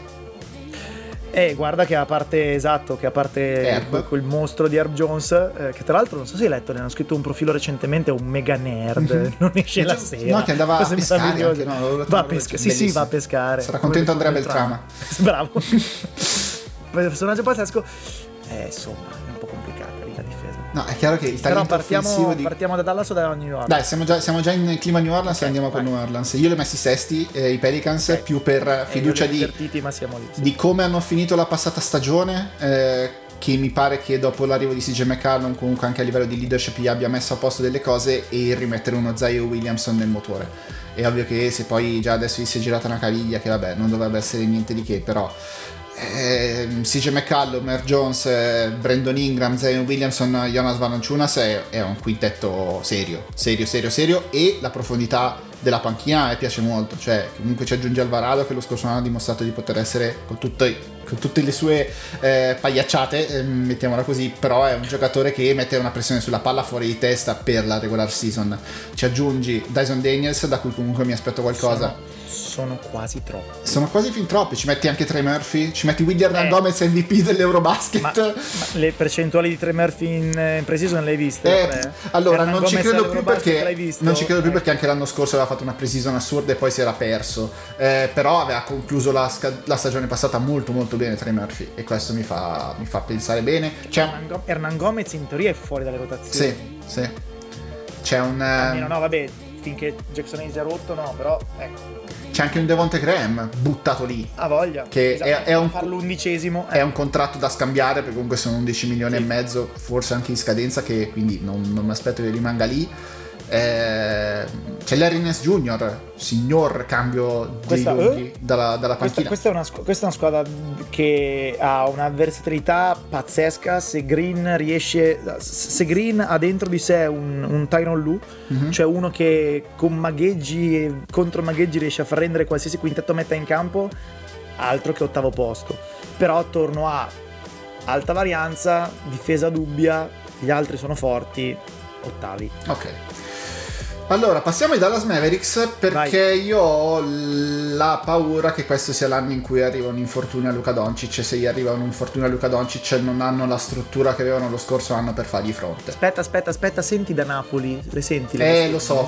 Guarda che a parte quel mostro di Herb Jones, che tra l'altro non so se hai letto, ne hanno scritto un profilo recentemente, un mega nerd, non esce la sera. No, che andava a pescare anche, no? Va a pescare, sì, va a pescare. Sarà contento Andrea Beltrama. Bravo. Personaggio pazzesco. Insomma, è un po' complicata lì la difesa. No, è chiaro che il talento offensivo partiamo da Dallas o da New Orleans? Dai, siamo già in clima New Orleans, e andiamo con New Orleans. Io li ho messi sesti, i Pelicans, più per fiducia ma siamo lì, sì. di come hanno finito la passata stagione, che mi pare che dopo l'arrivo di CJ McCollum, comunque anche a livello di leadership, gli abbia messo a posto delle cose, e rimettere uno Zion Williamson nel motore. È ovvio che se poi già adesso gli si è girata una caviglia, che vabbè, non dovrebbe essere niente di che, però CJ McCollum, Mer Jones, Brandon Ingram, Zion Williamson, Jonas Valanciunas è un quintetto serio, e la profondità della panchina mi piace molto, cioè comunque ci aggiunge Alvarado, che lo scorso anno ha dimostrato di poter essere con tutte le sue pagliacciate, mettiamola così, però è un giocatore che mette una pressione sulla palla fuori di testa per la regular season. Ci aggiungi Dyson Daniels, da cui comunque mi aspetto qualcosa. Sono quasi troppi. Sono quasi fin troppi. Ci metti anche Trey Murphy, ci metti William Gomez MVP dell'Eurobasket. Ma le percentuali di Trey Murphy in pre-season le hai viste? Allora non ci credo più perché anche l'anno scorso aveva fatto una pre-season assurda e poi si era perso, però aveva concluso la stagione passata molto molto bene Trey Murphy, e questo mi fa pensare bene. Hernan Gomez in teoria è fuori dalle rotazioni. Sì. C'è un almeno no, vabbè, finché Jackson Hayes è rotto, no, però ecco. C'è anche un Devonte Graham buttato lì. Ha voglia. Che esatto, è far l'11esimo. È un contratto da scambiare, perché comunque sono 11 milioni e mezzo, forse anche in scadenza, che quindi non mi aspetto che rimanga lì. C'è Larry Nance Jr., signor cambio dei lunghi dalla panchina. Questa è una squadra che ha una versatilità pazzesca. Se Green ha dentro di sé un Tyronn Lue, cioè uno che con magheggi e contro magheggi riesce a far rendere qualsiasi quintetto metta in campo, altro che ottavo posto. Però attorno a alta varianza, difesa dubbia, gli altri sono forti, ottavi. Ok. Allora, passiamo ai Dallas Mavericks, perché io ho la paura che questo sia l'anno in cui arriva un infortunio a Luka Doncic, e se gli arriva un infortunio a Luka Doncic non hanno la struttura che avevano lo scorso anno per fargli fronte. Aspetta, senti da Napoli, le senti? Lo so,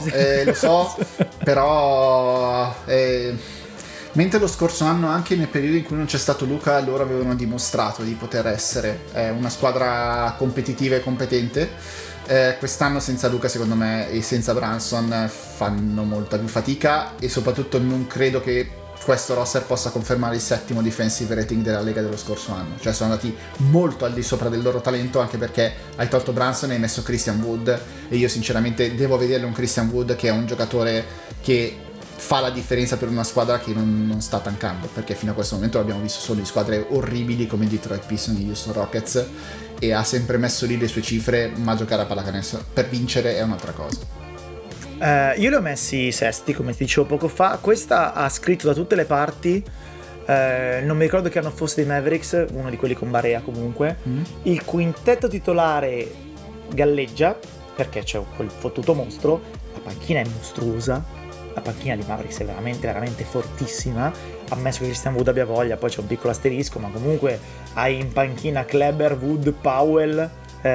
però mentre lo scorso anno, anche nel periodo in cui non c'è stato Luka, loro avevano dimostrato di poter essere una squadra competitiva e competente. Quest'anno senza Luka, secondo me, e senza Brunson fanno molta più fatica, e soprattutto non credo che questo roster possa confermare il 7° defensive rating della Lega dello scorso anno. Cioè sono andati molto al di sopra del loro talento, anche perché hai tolto Brunson e hai messo Christian Wood, e io sinceramente devo vederle un Christian Wood che è un giocatore che fa la differenza per una squadra che non sta tankando, perché fino a questo momento l'abbiamo visto solo in squadre orribili come Detroit Pistons e Houston Rockets, e ha sempre messo lì le sue cifre, ma giocare a pallacanestro per vincere è un'altra cosa. Io li ho messi sesti, come ti dicevo poco fa. Questa ha scritto da tutte le parti, non mi ricordo che anno fosse dei Mavericks, uno di quelli con Barea comunque. Il quintetto titolare galleggia perché c'è quel fottuto mostro, la panchina è mostruosa. La panchina di Mavericks è veramente veramente fortissima, ammesso che Christian Wood abbia voglia. Poi c'è un piccolo asterisco, ma comunque hai in panchina Kleber, Wood, Powell,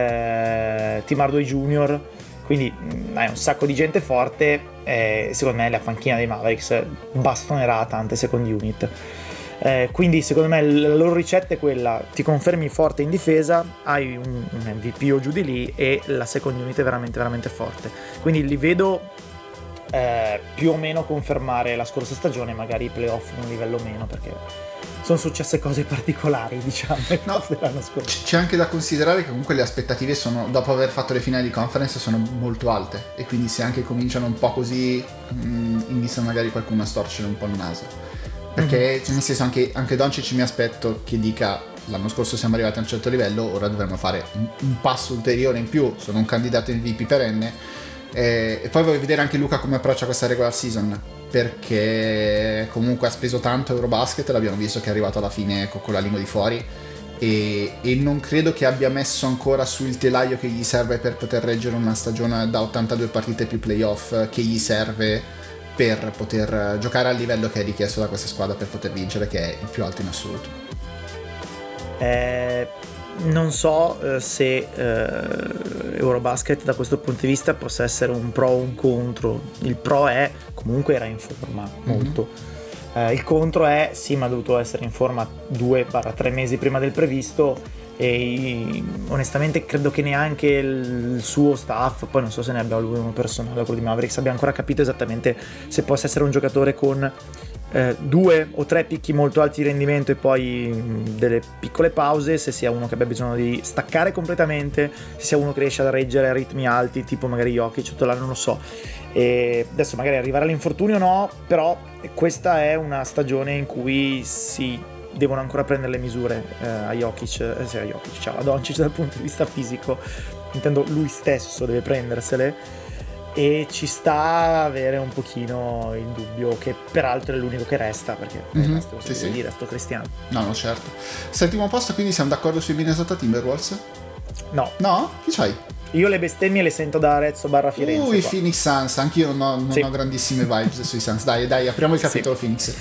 Tim Hardaway Jr., quindi hai un sacco di gente forte. Secondo me la panchina dei Mavericks bastonerà tante second unit, quindi secondo me la loro ricetta è quella: ti confermi forte in difesa, hai un MVP o giù di lì, e la second unit è veramente veramente forte. Quindi li vedo più o meno confermare la scorsa stagione, magari i playoff un livello meno, perché sono successe cose particolari, diciamo, dell'anno scorso. C'è anche da considerare che comunque le aspettative sono, dopo aver fatto le finali di conference, sono molto alte, e quindi se anche cominciano un po' così inizia magari qualcuno a storcere un po' il naso, perché nel senso anche Doncic mi aspetto che dica: l'anno scorso siamo arrivati a un certo livello, ora dovremmo fare un passo ulteriore in più, sono un candidato MVP perenne. E poi voglio vedere anche Luka come approccia questa regular season, perché comunque ha speso tanto Eurobasket, l'abbiamo visto che è arrivato alla fine con la lingua di fuori, e non credo che abbia messo ancora su il telaio che gli serve per poter reggere una stagione da 82 partite più playoff, che gli serve per poter giocare al livello che è richiesto da questa squadra per poter vincere, che è il più alto in assoluto. Non so se Eurobasket da questo punto di vista possa essere un pro o un contro. Il pro è comunque era in forma molto, il contro è sì, ma ha dovuto essere in forma 2-3 mesi prima del previsto, e onestamente credo che neanche il suo staff, poi non so se ne abbia lui uno personale, quello di Mavericks, abbia ancora capito esattamente se possa essere un giocatore con 2 o 3 picchi molto alti di rendimento e poi delle piccole pause, se sia uno che abbia bisogno di staccare completamente, se sia uno che riesce a reggere a ritmi alti tipo magari Jokic tutto l'anno, non lo so. E adesso magari arrivare all'infortunio no, però questa è una stagione in cui si devono ancora prendere le misure a Jokic, a Doncic dal punto di vista fisico, intendo lui stesso deve prendersele, e ci sta a avere un pochino il dubbio, che peraltro è l'unico che resta, perché resto Cristiano. No, certo. Settimo posto, quindi siamo d'accordo sui Minnesota Timberwolves? No. Chi c'hai? Io le bestemmie le sento da Arezzo / Firenze. I Phoenix Suns, anch'io non ho grandissime vibes sui Suns. Dai, apriamo il capitolo Phoenix.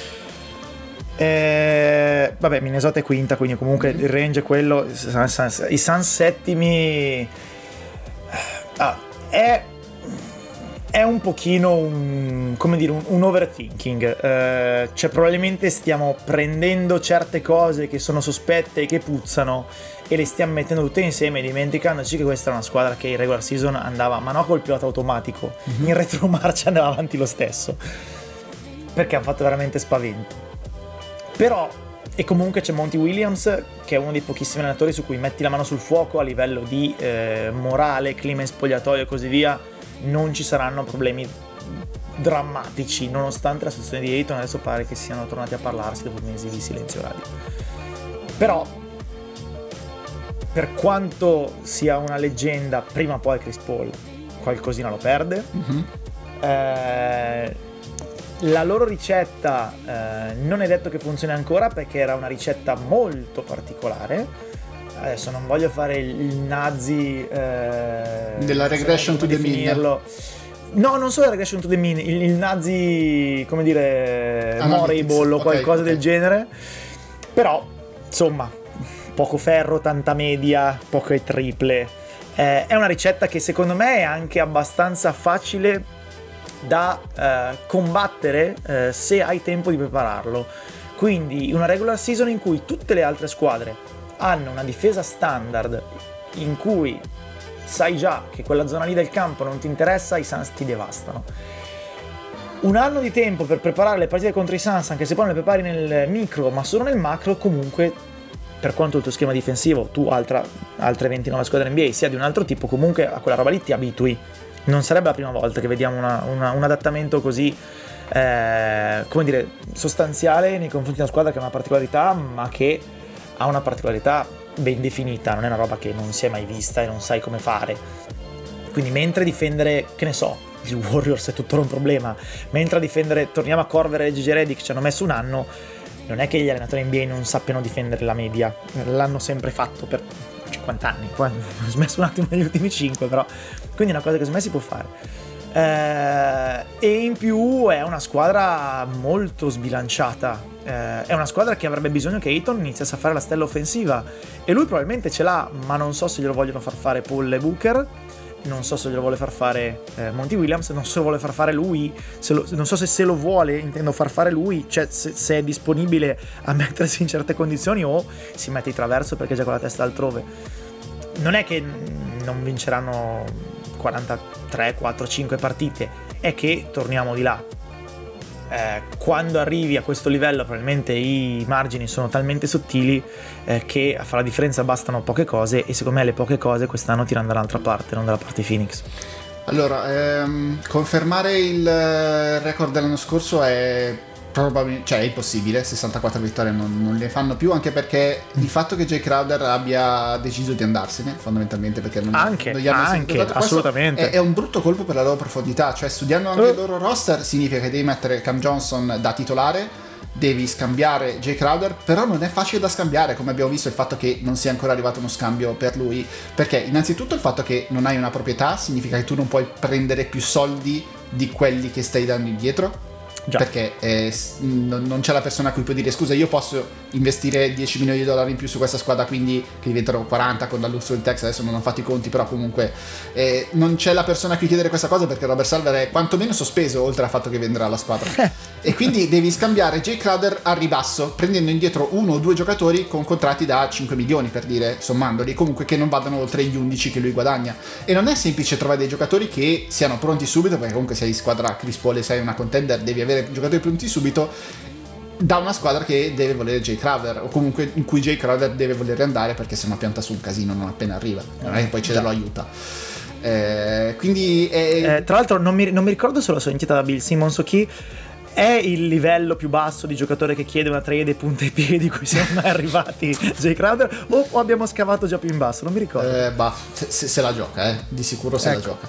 Vabbè, Minnesota è quinta, quindi comunque il range è quello. I Suns settimi è un pochino un overthinking, cioè probabilmente stiamo prendendo certe cose che sono sospette e che puzzano e le stiamo mettendo tutte insieme, dimenticandoci che questa è una squadra che in regular season andava, ma no col pilota automatico, in retromarcia andava avanti lo stesso, perché hanno fatto veramente spavento. Però, e comunque c'è Monty Williams, che è uno dei pochissimi allenatori su cui metti la mano sul fuoco a livello di morale, clima in spogliatoio e così via. Non ci saranno problemi drammatici, nonostante la situazione di Ayton adesso pare che siano tornati a parlarsi dopo mesi di silenzio radio. Però, per quanto sia una leggenda, prima o poi Chris Paul qualcosina lo perde. La loro ricetta non è detto che funzioni ancora, perché era una ricetta molto particolare. Adesso non voglio fare il nazi della regression to the mean. No, non solo la regression to the mean, il nazi, come dire, Morable o qualcosa del genere. Però, insomma, poco ferro, tanta media, poche triple. È una ricetta che secondo me è anche abbastanza facile da combattere se hai tempo di prepararlo. Quindi una regular season in cui tutte le altre squadre hanno una difesa standard, in cui sai già che quella zona lì del campo non ti interessa, i Suns ti devastano. Un anno di tempo per preparare le partite contro i Suns, anche se poi non le prepari nel micro ma solo nel macro, comunque, per quanto il tuo schema difensivo, tu altre 29 squadre NBA sia di un altro tipo, comunque a quella roba lì ti abitui. Non sarebbe la prima volta che vediamo un adattamento così sostanziale nei confronti di una squadra che ha una particolarità, ma che ha una particolarità ben definita, non è una roba che non si è mai vista e non sai come fare. Quindi mentre difendere, che ne so, il Warriors è tuttora un problema, mentre a difendere, torniamo a Korver e Gigi Redick, ci hanno messo un anno, non è che gli allenatori NBA non sappiano difendere la media, l'hanno sempre fatto per 50 anni, poi ho smesso un attimo negli ultimi 5, però quindi è una cosa che secondo me si può fare. E in più è una squadra molto sbilanciata, è una squadra che avrebbe bisogno che Ayton iniziasse a fare la stella offensiva, e lui probabilmente ce l'ha, ma non so se glielo vogliono far fare Paul e Booker, non so se glielo vuole far fare Monty Williams, non so se lo vuole far fare lui, non so se lo vuole, intendo far fare lui, cioè se è disponibile a mettersi in certe condizioni o si mette di traverso perché è già con la testa altrove. Non è che non vinceranno 43, 4, 5 partite, è che torniamo di là. Quando arrivi a questo livello probabilmente i margini sono talmente sottili che a fare la differenza bastano poche cose, e secondo me le poche cose quest'anno tirano dall'altra parte, non dalla parte Phoenix. Allora, confermare il record dell'anno scorso è probabilmente, cioè è impossibile, 64 vittorie non le fanno più, anche perché il fatto che Jay Crowder abbia deciso di andarsene, fondamentalmente perché non gli hanno assolutamente è un brutto colpo per la loro profondità, cioè studiando anche il loro roster significa che devi mettere Cam Johnson da titolare, devi scambiare Jay Crowder, però non è facile da scambiare, come abbiamo visto il fatto che non sia ancora arrivato uno scambio per lui, perché innanzitutto il fatto che non hai una proprietà significa che tu non puoi prendere più soldi di quelli che stai dando indietro. perché non c'è la persona a cui puoi dire scusa, io posso investire $10 milioni in più su questa squadra, quindi che diventano 40 con l'all'usso del Tex, adesso non ho fatto i conti, però comunque non c'è la persona a cui chiedere questa cosa, perché Robert Sarver è quantomeno sospeso, oltre al fatto che venderà la squadra. E quindi devi scambiare Jay Crowder al ribasso, prendendo indietro 1 o 2 giocatori con contratti da 5 milioni, per dire, sommandoli, comunque che non vadano oltre gli 11 che lui guadagna. E non è semplice trovare dei giocatori che siano pronti subito, perché comunque sei squadra Chris Paul e sei una contender, devi avere giocatori pronti subito da una squadra che deve volere Jay Crowder, o comunque in cui Jay Crowder deve volere andare, perché sennò pianta su un casino non appena arriva, non è che poi ce lo aiuta. Quindi tra l'altro non mi ricordo se lo so iniziata da Bill Simmons o chi è il livello più basso di giocatore che chiede una trade punta ai piedi cui siamo mai arrivati, Jay Crowder, o abbiamo scavato già più in basso, non mi ricordo. Se la gioca, di sicuro se la gioca.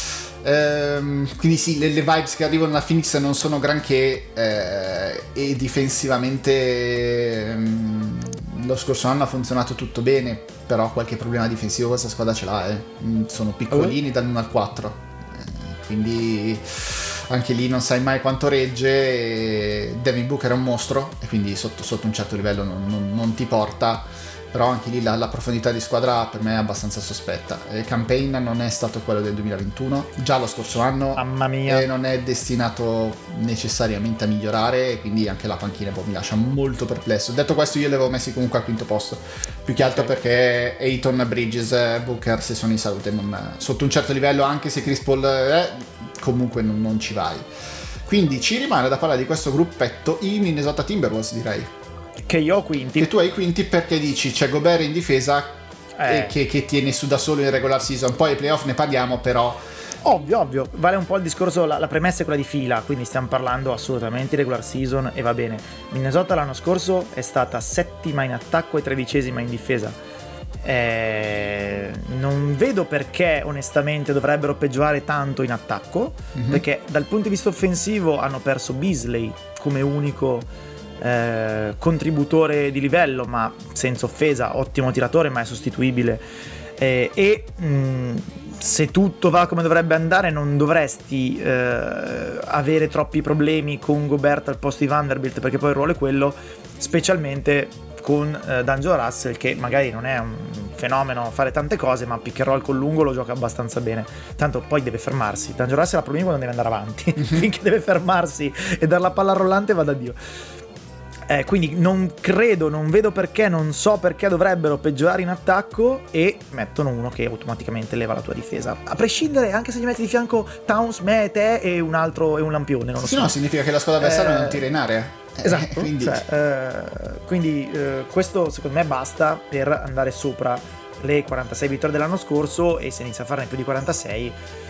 Quindi sì, le vibes che arrivano da Phoenix non sono granché, e difensivamente lo scorso anno ha funzionato tutto bene, però qualche problema difensivo questa squadra ce l'ha, sono piccolini dall'1 al 4, quindi anche lì non sai mai quanto regge, e Devin Booker è un mostro e quindi sotto un certo livello non ti porta, però anche lì la profondità di squadra per me è abbastanza sospetta. Campaign non è stato quello del 2021, già lo scorso anno, mamma mia, e non è destinato necessariamente a migliorare, e quindi anche la panchina mi lascia molto perplesso. Detto questo, io li avevo messi comunque al quinto posto, più che altro perché Ayton, Bridges, Booker, se sono in salute, sotto un certo livello, anche se Chris Paul comunque non ci vai. Quindi ci rimane da parlare di questo gruppetto, i Minnesota Timberwolves, direi. Che io ho quinti. Che tu hai quinti perché dici c'è Gobert in difesa che tiene su da solo in regular season, poi ai playoff ne parliamo, però ovvio, vale un po' il discorso, la premessa è quella di fila, quindi stiamo parlando assolutamente di regular season e va bene. Minnesota l'anno scorso è stata 7ª in attacco e 13ª in difesa. Non vedo perché onestamente dovrebbero peggiorare tanto in attacco, perché dal punto di vista offensivo hanno perso Beasley come unico contributore di livello, ma senza offesa, ottimo tiratore ma è sostituibile, se tutto va come dovrebbe andare non dovresti avere troppi problemi con Gobert al posto di Vanderbilt, perché poi il ruolo è quello, specialmente con D'Angelo Russell, che magari non è un fenomeno a fare tante cose, ma pick and roll con lungo lo gioca abbastanza bene, tanto poi deve fermarsi. D'Angelo Russell ha problemi quando deve andare avanti, finché deve fermarsi e dare la palla rollante va da Dio. Quindi non vedo perché, non so perché dovrebbero peggiorare in attacco e mettono uno che automaticamente leva la tua difesa, a prescindere, anche se gli metti di fianco Towns, me, te e un altro e un lampione, non lo so. No, significa che la squadra avversaria non tira in area. Esatto, quindi questo secondo me basta per andare sopra le 46 vittorie dell'anno scorso, e se inizia a farne più di 46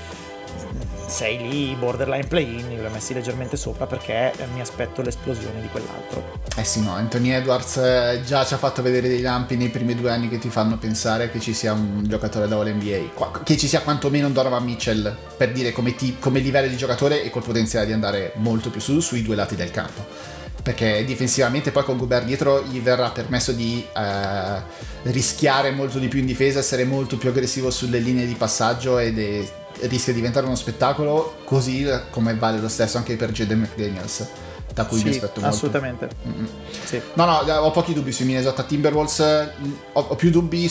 sei lì borderline play-in. Io li ho messi leggermente sopra perché mi aspetto l'esplosione di quell'altro. Sì, no, Anthony Edwards già ci ha fatto vedere dei lampi nei primi 2 anni che ti fanno pensare che ci sia un giocatore da All-NBA, che ci sia quantomeno un Donovan Mitchell, per dire come livello di giocatore e col potenziale di andare molto più sui 2 lati del campo, perché difensivamente poi con Gobert dietro gli verrà permesso di rischiare molto di più in difesa, essere molto più aggressivo sulle linee di passaggio ed rischia di diventare uno spettacolo, così come vale lo stesso anche per Jaden McDaniels, da cui mi aspetto molto. Assolutamente. Sì. No, ho pochi dubbi sui Minnesota Timberwolves, ho più dubbi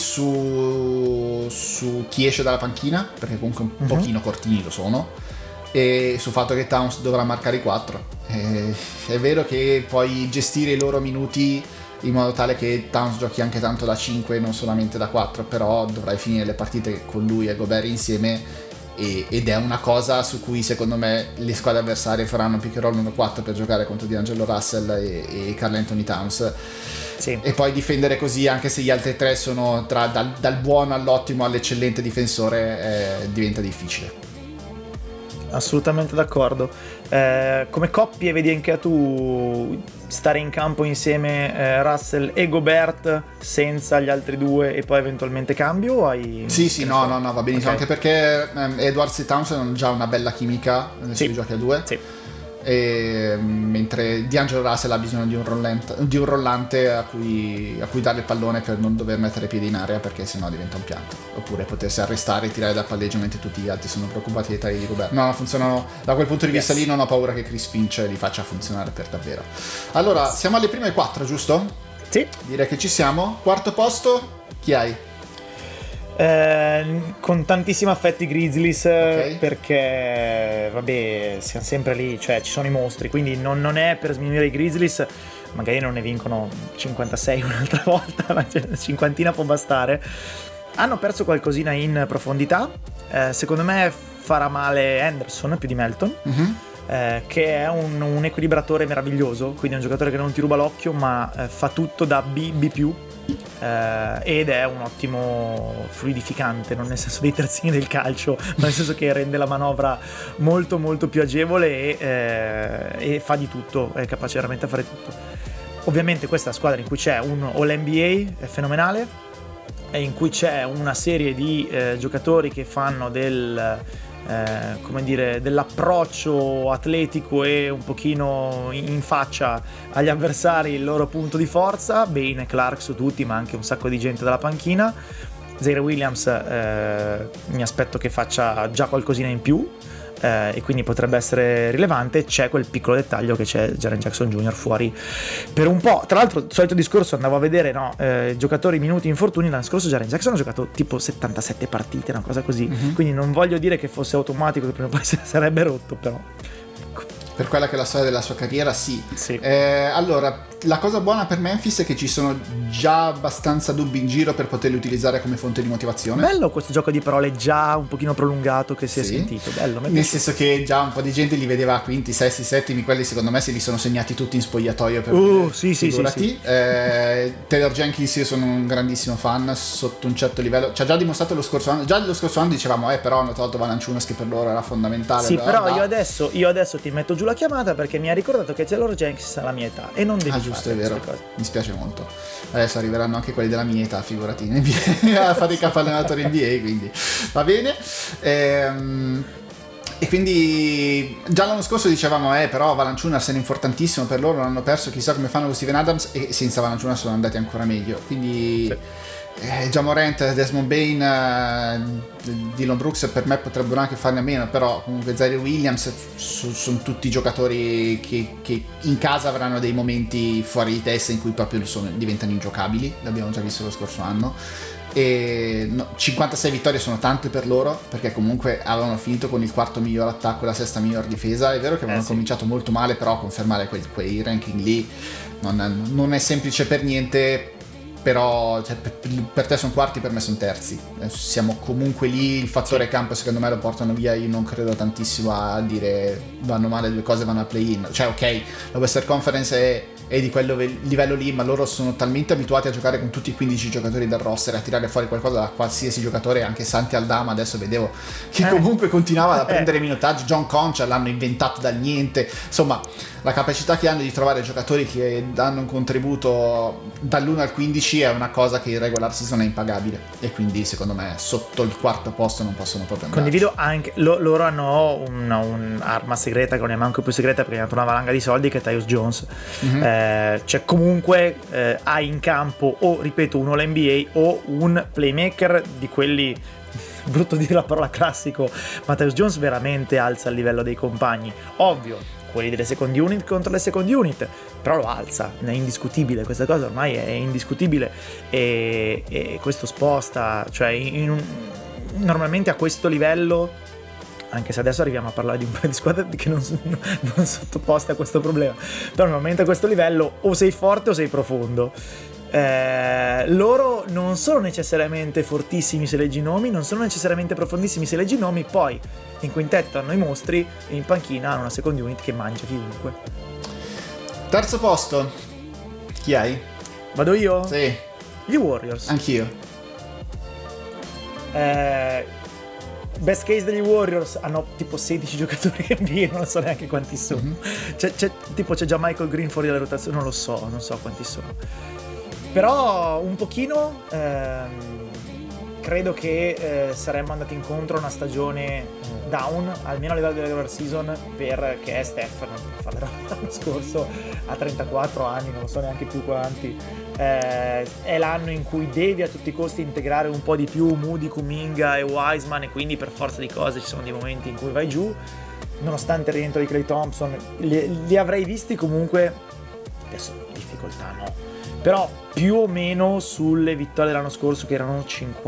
su chi esce dalla panchina, perché comunque un pochino cortini lo sono, e sul fatto che Towns dovrà marcare i 4. È vero che puoi gestire i loro minuti in modo tale che Towns giochi anche tanto da 5 non solamente da 4, però dovrai finire le partite con lui e Gobert insieme, ed è una cosa su cui secondo me le squadre avversarie faranno pick and roll 1-4 per giocare contro D'Angelo Russell e Karl Anthony Towns. Sì. E poi difendere così, anche se gli altri 3 sono dal buono all'ottimo all'eccellente difensore, diventa difficile. Assolutamente d'accordo. Come coppie vedi anche tu stare in campo insieme Russell e Gobert senza gli altri 2 e poi eventualmente cambio, o hai... Sì, no, va benissimo, okay. Anche perché Edwards e Towns hanno già una bella chimica sui giochi a 2. Sì. mentre D'Angelo Russell ha bisogno di un rollante a cui dare il pallone per non dover mettere piedi in area, perché sennò diventa un pianto, oppure potersi arrestare e tirare dal palleggio mentre tutti gli altri sono preoccupati dei tagli di Gobert. No, funzionano da quel punto di vista lì. Non ho paura che Chris Finch li faccia funzionare per davvero. Allora, siamo alle prime 4, giusto? Sì, direi che ci siamo. Quarto posto, chi hai? Con tantissimi affetti Grizzlies, Ok. perché vabbè, siamo sempre lì, cioè ci sono i mostri, quindi non è per sminuire i Grizzlies, magari non ne vincono 56 un'altra volta, ma una cinquantina può bastare. Hanno perso qualcosina in profondità, secondo me farà male Anderson più di Melton. Che è un equilibratore meraviglioso, quindi è un giocatore che non ti ruba l'occhio, ma fa tutto da B+, ed è un ottimo fluidificante, non nel senso dei terzini del calcio, ma nel senso che rende la manovra molto molto più agevole e fa di tutto, è capace veramente a fare tutto. Ovviamente questa squadra in cui c'è un All-NBA è fenomenale, e in cui c'è una serie di giocatori che fanno come dire, dell'approccio atletico e un pochino in faccia agli avversari il loro punto di forza. Bane e Clark su tutti, ma anche un sacco di gente dalla panchina. Zaire Williams mi aspetto che faccia già qualcosina in più, e quindi potrebbe essere rilevante. C'è quel piccolo dettaglio che c'è Jaren Jackson Jr. fuori per un po'. Tra l'altro, solito discorso, andavo a vedere giocatori, minuti, infortuni. L'anno scorso Jaren Jackson ha giocato tipo 77 partite, una cosa così, quindi non voglio dire che fosse automatico che prima o poi si sarebbe rotto, però Per quella che è la storia della sua carriera, sì. Allora, la cosa buona per Memphis è che ci sono già abbastanza dubbi in giro per poterli utilizzare come fonte di motivazione. Bello questo gioco di parole già un pochino prolungato che si è sentito. Bello, nel senso che già un po' di gente li vedeva a quinti, sesti, settimi. Quelli secondo me se li sono segnati tutti in spogliatoio per figurati. Taylor Jenkins, io sono un grandissimo fan sotto un certo livello. Ci ha già dimostrato lo scorso anno. Già lo scorso anno dicevamo però hanno tolto Valanciunas, che per loro era fondamentale. Sì, però io adesso ti metto giù la chiamata, perché mi ha ricordato che Taylor Jenkins ha la mia età e non devi giusto, è vero, mi spiace molto. Adesso arriveranno anche quelli della mia età, figurati, in NBA, a fare i capo allenatori NBA, quindi va bene. E quindi già l'anno scorso dicevamo però Valanciunas era importantissimo per loro, non hanno perso, chissà come fanno con Steven Adams, e senza Valanciunas sono andati ancora meglio, quindi Ja Morant, Desmond Bane, Dillon Brooks per me potrebbero anche farne a meno, però comunque Zaire Williams sono tutti giocatori che in casa avranno dei momenti fuori di testa in cui proprio diventano ingiocabili, l'abbiamo già visto lo scorso anno. E 56 vittorie sono tante per loro, perché comunque avevano finito con il quarto miglior attacco e la sesta miglior difesa. È vero che avevano cominciato molto male, però confermare quei ranking lì non è semplice per niente. Però per te sono quarti, per me sono terzi, siamo comunque lì. Il fattore campo secondo me lo portano via. Io non credo tantissimo a dire vanno male due cose, vanno a play-in. Cioè ok, la Western Conference è di quel livello lì, ma loro sono talmente abituati a giocare con tutti i 15 giocatori del roster, a tirare fuori qualcosa da qualsiasi giocatore. Anche Santi Aldama adesso vedevo che comunque continuava a prendere minutaggi. John Concha l'hanno inventato dal niente. Insomma, la capacità che hanno di trovare giocatori che danno un contributo dall'1 al 15 è una cosa che in regular season è impagabile, e quindi secondo me sotto il quarto posto non possono proprio andare. Condivido anche, loro hanno un'arma segreta, che non è manco più segreta perché gli hanno dato una valanga di soldi, che è Tyus Jones. Cioè comunque hai in campo o, ripeto, un All-NBA o un playmaker di quelli, brutto dire la parola classico, ma Tyus Jones veramente alza il livello dei compagni. Ovvio, quelli delle second unit contro le second unit, però lo alza, è indiscutibile, questa cosa ormai è indiscutibile, e questo sposta, cioè normalmente a questo livello, anche se adesso arriviamo a parlare di un paio di squadre che non sottoposte a questo problema, però normalmente a questo livello o sei forte o sei profondo. Loro non sono necessariamente fortissimi se leggi i nomi, non sono necessariamente profondissimi se leggi i nomi, poi in quintetto hanno i mostri e in panchina hanno una second unit che mangia chiunque. Terzo posto, chi hai? Vado io? Sì. Gli Warriors. Anch'io. Best case degli Warriors hanno tipo 16 giocatori NBA, non so neanche quanti sono. C'è già Michael Green fuori dalla rotazione, non so quanti sono. Però un pochino credo che saremmo andati incontro a una stagione down, almeno a livello della regular season, perché Steph non può fare l'anno scorso, a 34 anni, non lo so neanche più quanti, è l'anno in cui devi a tutti i costi integrare un po' di più Moody, Kuminga e Wiseman, e quindi per forza di cose ci sono dei momenti in cui vai giù. Nonostante il rientro di Klay Thompson, li avrei visti comunque, adesso difficoltà no, però più o meno sulle vittorie dell'anno scorso, che erano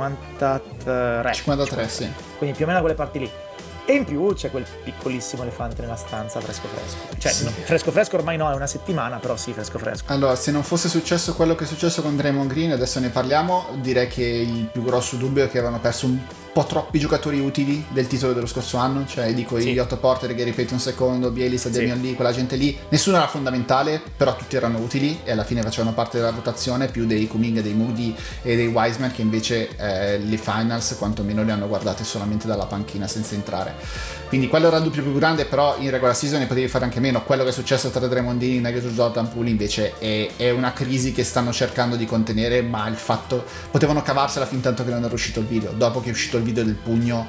53, sì, quindi più o meno da quelle parti lì. E in più c'è quel piccolissimo elefante nella stanza fresco, cioè sì. no, fresco ormai no, è una settimana, però sì, fresco. Allora, se non fosse successo quello che è successo con Draymond Green, adesso ne parliamo, direi che il più grosso dubbio è che avevano perso un po' troppi giocatori utili del titolo dello scorso anno, cioè dico sì. gli Otto Porter, Gary Payton II, Bielisa, Damian Lee, quella gente lì, nessuno era fondamentale, però tutti erano utili e alla fine facevano parte della rotazione, più dei Kuminga, dei Moody e dei Wiseman, che invece le finals quantomeno le hanno guardate solamente dalla panchina senza entrare. Quindi quello era il dubbio più grande, però in regular season ne potevi fare anche meno. Quello che è successo tra Draymond Green e Jordan Poole invece è una crisi che stanno cercando di contenere, ma il fatto potevano cavarsela fin tanto che non era uscito il video. Dopo che è uscito il video del pugno,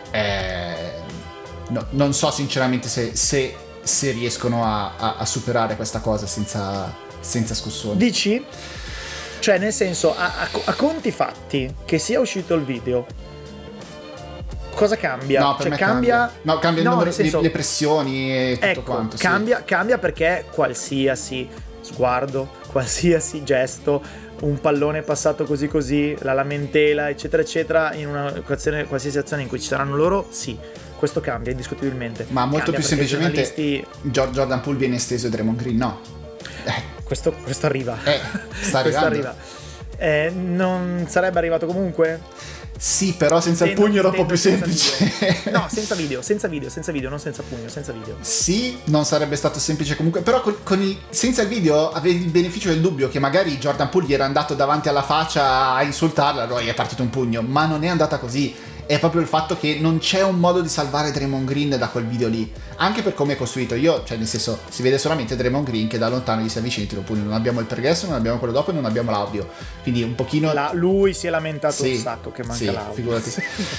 no, non so sinceramente se riescono a superare questa cosa senza scossoni. Dici? Cioè nel senso, a conti fatti, che sia uscito il video, cosa cambia? No, per me cambia il numero, nel senso, le pressioni e tutto ecco, quanto. Cambia perché qualsiasi sguardo, qualsiasi gesto, un pallone passato così, la lamentela, eccetera, eccetera, in qualsiasi azione in cui ci saranno loro, sì, questo cambia indiscutibilmente. Ma molto più semplicemente Jordan Poole viene esteso e Draymond Green no. Questo arriva. Sta arrivando. Non sarebbe arrivato comunque? Sì, però senza il pugno era un po' più semplice. No, senza video, non senza pugno, senza video. Sì, non sarebbe stato semplice comunque, però senza il video avevi il beneficio del dubbio che magari Jordan Poole gli era andato davanti alla faccia a insultarla, allora gli è partito un pugno, ma non è andata così. È proprio il fatto che non c'è un modo di salvare Draymond Green da quel video lì, anche per come è costruito. Cioè nel senso, si vede solamente Draymond Green che da lontano gli si avvicina e tira un pugno. Non abbiamo il progresso, non abbiamo quello dopo e non abbiamo l'audio, quindi un pochino lui si è lamentato un sacco che manca l'audio, figurati.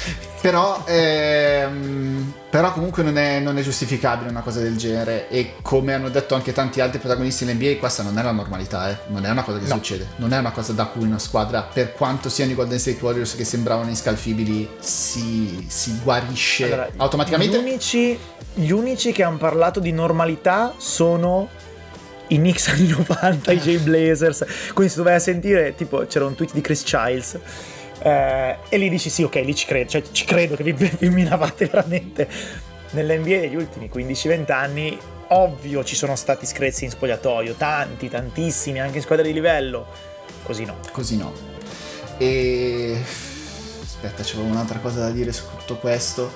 però comunque non è giustificabile una cosa del genere, e come hanno detto anche tanti altri protagonisti nell'NBA, questa non è la normalità, non è una cosa che succede, non è una cosa da cui una squadra, per quanto siano i Golden State Warriors che sembravano inscalfibili, si guarisce automaticamente. Gli unici che hanno parlato di normalità sono i Knicks anni 90, i Jay Blazers. Quindi se tu vai a sentire, tipo c'era un tweet di Chris Childs e lì dici sì, ok, lì ci credo, cioè ci credo che vi minavate veramente. Nell'NBA degli ultimi 15-20 anni ovvio ci sono stati screzi in spogliatoio, tantissimi, anche in squadre di livello. Così no. E aspetta, c'avevo un'altra cosa da dire su tutto questo.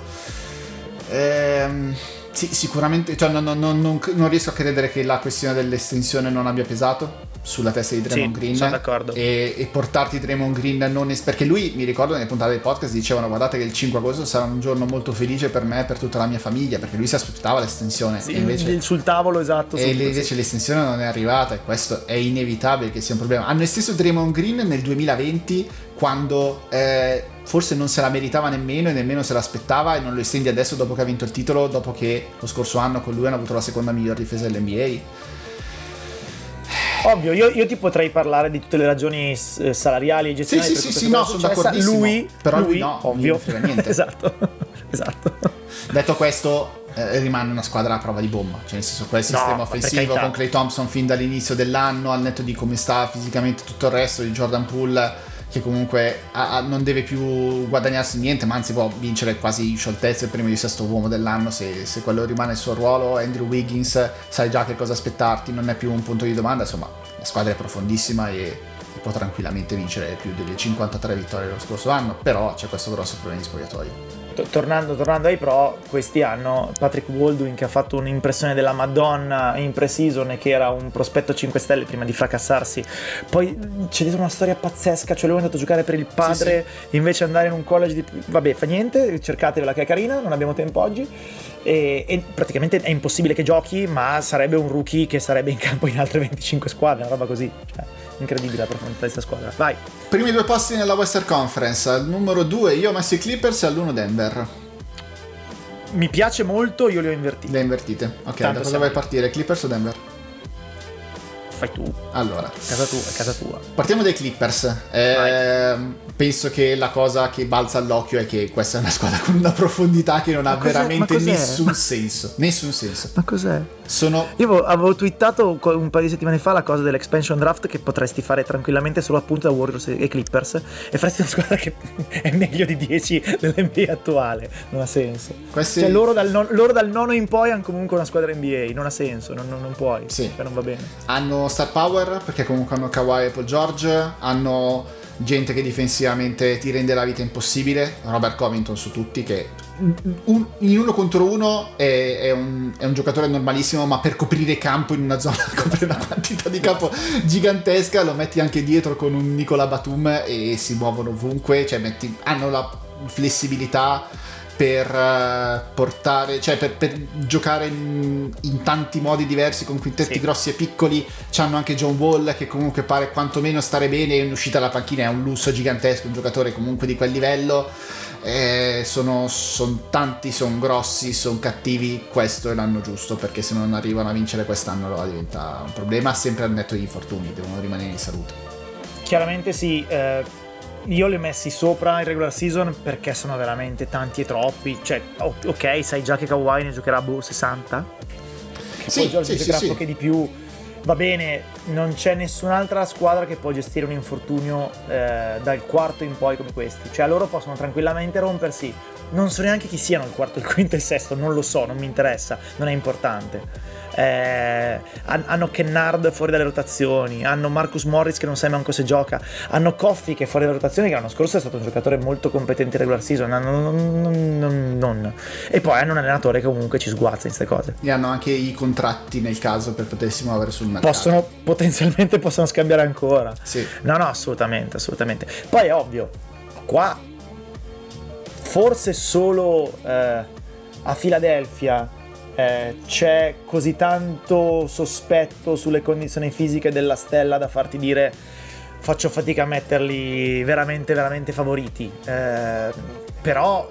Sì, sicuramente, cioè non riesco a credere che la questione dell'estensione non abbia pesato sulla testa di Draymond Green. Sono d'accordo. E portarti Draymond Green perché lui, mi ricordo nelle puntate del podcast, dicevano: guardate che il 5 agosto sarà un giorno molto felice per me e per tutta la mia famiglia, perché lui si aspettava l'estensione. Sì, e invece, sul tavolo, esatto. E invece l'estensione non è arrivata, e questo è inevitabile che sia un problema. Hanno esteso Draymond Green nel 2020, quando forse non se la meritava nemmeno e nemmeno se l'aspettava, e non lo estendi adesso dopo che ha vinto il titolo, dopo che lo scorso anno con lui hanno avuto la seconda miglior difesa dell'NBA. Ovvio, io ti potrei parlare di tutte le ragioni salariali e gestionali. Sì, no, sono d'accordissimo. Lui no, ovvio. Non niente. esatto. Detto questo, rimane una squadra a prova di bomba, cioè nel senso, quel sistema offensivo con Klay Thompson fin dall'inizio dell'anno, al netto di come sta fisicamente tutto il resto, di Jordan Poole che comunque non deve più guadagnarsi niente, ma anzi può vincere quasi in scioltezza il premio di sesto uomo dell'anno se quello rimane il suo ruolo. Andrew Wiggins, sai già che cosa aspettarti, non è più un punto di domanda. Insomma, la squadra è profondissima e può tranquillamente vincere più delle 53 vittorie dello scorso anno, però c'è questo grosso problema di spogliatoio. Tornando ai pro, questi hanno Patrick Baldwin, che ha fatto un'impressione della Madonna in pre-season e che era un prospetto 5 stelle prima di fracassarsi. Poi c'è dietro una storia pazzesca, cioè lui è andato a giocare per il padre, invece andare in un college di... Vabbè, fa niente, cercatevela che è carina, non abbiamo tempo oggi. E praticamente è impossibile che giochi, ma sarebbe un rookie che sarebbe in campo in altre 25 squadre, una roba così, cioè incredibile la profondità di questa squadra. Vai. Primi due posti nella Western Conference. Al numero 2 io ho messo i Clippers e all'1 Denver. Mi piace molto, io li ho invertiti. Le invertite. Ok, Tanto da cosa vai a partire? Clippers o Denver? Fai tu. Allora, Casa tua. partiamo dai Clippers. Penso che la cosa che balza all'occhio è che questa è una squadra con una profondità che non ha veramente nessun senso. Nessun senso. Ma cos'è? Io avevo twittato un paio di settimane fa la cosa dell'expansion draft che potresti fare tranquillamente solo appunto da Warriors e Clippers e faresti una squadra che è meglio di 10 dell'NBA attuale. Non ha senso. Cioè loro dal nono in poi hanno comunque una squadra NBA. Non ha senso, non puoi. Sì. Non va bene. Hanno star power perché comunque hanno Kawhi e Paul George. Hanno gente che difensivamente ti rende la vita impossibile. Robert Covington su tutti, che in uno contro uno è un giocatore normalissimo, ma per coprire campo in una zona copre una quantità di campo gigantesca. Lo metti anche dietro con un Nicola Batum e si muovono ovunque, cioè hanno la flessibilità per portare, cioè per giocare in tanti modi diversi con quintetti grossi e piccoli. C'hanno anche John Wall che comunque pare quantomeno stare bene, in uscita dalla panchina è un lusso gigantesco, un giocatore comunque di quel livello. Sono tanti, sono grossi, sono cattivi. Questo è l'anno giusto, perché se non arrivano a vincere quest'anno allora diventa un problema, sempre al netto di infortuni, devono rimanere in salute. Chiaramente sì. Io li ho messi sopra in regular season perché sono veramente tanti e troppi. Cioè, ok, sai già che Kawhi ne giocherà 60? Che poi George giocherà poche di più. Va bene, non c'è nessun'altra squadra che può gestire un infortunio dal quarto in poi come questi. Cioè, loro possono tranquillamente rompersi. Non so neanche chi siano il quarto, il quinto e il sesto, non lo so, non mi interessa, non è importante. Hanno Kennard fuori dalle rotazioni, hanno Marcus Morris che non sai manco se gioca, hanno Coffey che è fuori dalle rotazioni, che l'anno scorso è stato un giocatore molto competente in regular season, e poi hanno un allenatore che comunque ci sguazza in queste cose. E hanno anche i contratti nel caso per potersi muovere sul mercato. Potenzialmente possono scambiare ancora. Sì. No, assolutamente. Poi è ovvio, qua forse solo a Philadelphia c'è così tanto sospetto sulle condizioni fisiche della stella da farti dire faccio fatica a metterli veramente veramente favoriti, però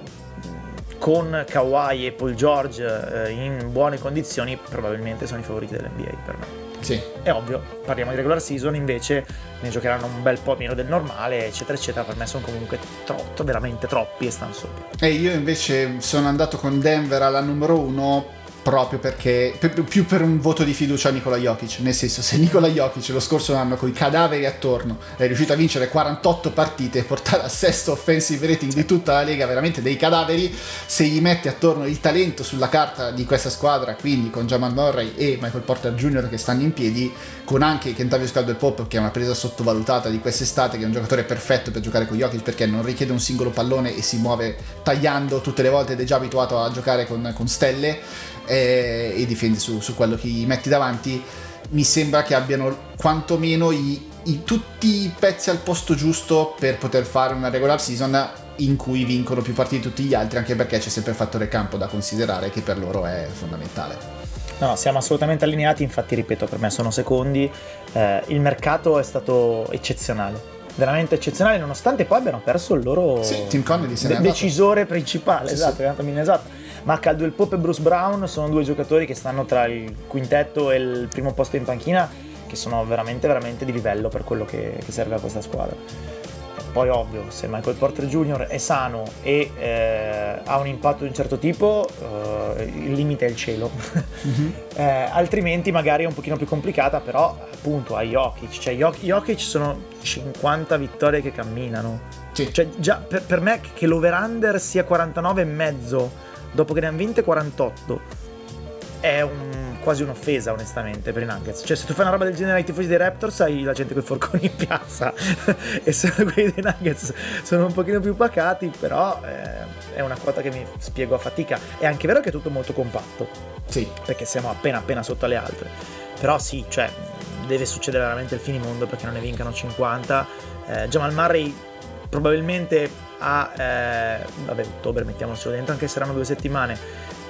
con Kawhi e Paul George in buone condizioni probabilmente sono i favoriti dell'NBA per me. Sì. È ovvio, parliamo di regular season, invece ne giocheranno un bel po' meno del normale, eccetera eccetera. Per me sono comunque veramente troppi e stanno sopra. E io invece sono andato con Denver alla numero 1 proprio perché più per un voto di fiducia a Nikola Jokic, nel senso, se Nikola Jokic lo scorso anno con i cadaveri attorno è riuscito a vincere 48 partite e portare al sesto offensive rating di tutta la lega, veramente dei cadaveri, se gli metti attorno il talento sulla carta di questa squadra, quindi con Jamal Murray e Michael Porter Jr. che stanno in piedi, con anche Kentavious Caldwell-Pope che è una presa sottovalutata di quest'estate, che è un giocatore perfetto per giocare con Jokic perché non richiede un singolo pallone e si muove tagliando tutte le volte ed è già abituato a giocare con stelle, e difendi su quello che gli metti davanti. Mi sembra che abbiano quantomeno tutti i pezzi al posto giusto per poter fare una regular season in cui vincono più partite di tutti gli altri, anche perché c'è sempre il fattore campo da considerare che per loro è fondamentale. No, siamo assolutamente allineati, infatti ripeto, per me sono secondi. Il mercato è stato eccezionale, veramente eccezionale, nonostante poi abbiano perso il loro Tim Connelly decisore principale, sì, esatto, è andato a Minnesota. Ma Caldwell-Pope e Bruce Brown sono due giocatori che stanno tra il quintetto e il primo posto in panchina, che sono veramente veramente di livello per quello che serve a questa squadra. Poi ovvio, se Michael Porter Jr. è sano e ha un impatto di un certo tipo, il limite è il cielo. Altrimenti magari è un pochino più complicata, però appunto a Jokic, cioè Jokic sono 50 vittorie che camminano. Sì. Cioè già per me che l'over-under sia 49,5 dopo che ne hanno vinte 48 è quasi un'offesa onestamente per i Nuggets. Cioè se tu fai una roba del genere ai tifosi dei Raptors hai la gente coi forconi in piazza e se quelli dei Nuggets sono un pochino più pacati, però è una quota che mi spiego a fatica. È anche vero che è tutto molto compatto, sì, perché siamo appena sotto alle altre, però sì, cioè deve succedere veramente il finimondo perché non ne vincano 50. Jamal Murray probabilmente ottobre, mettiamocelo dentro, anche se saranno 2 settimane,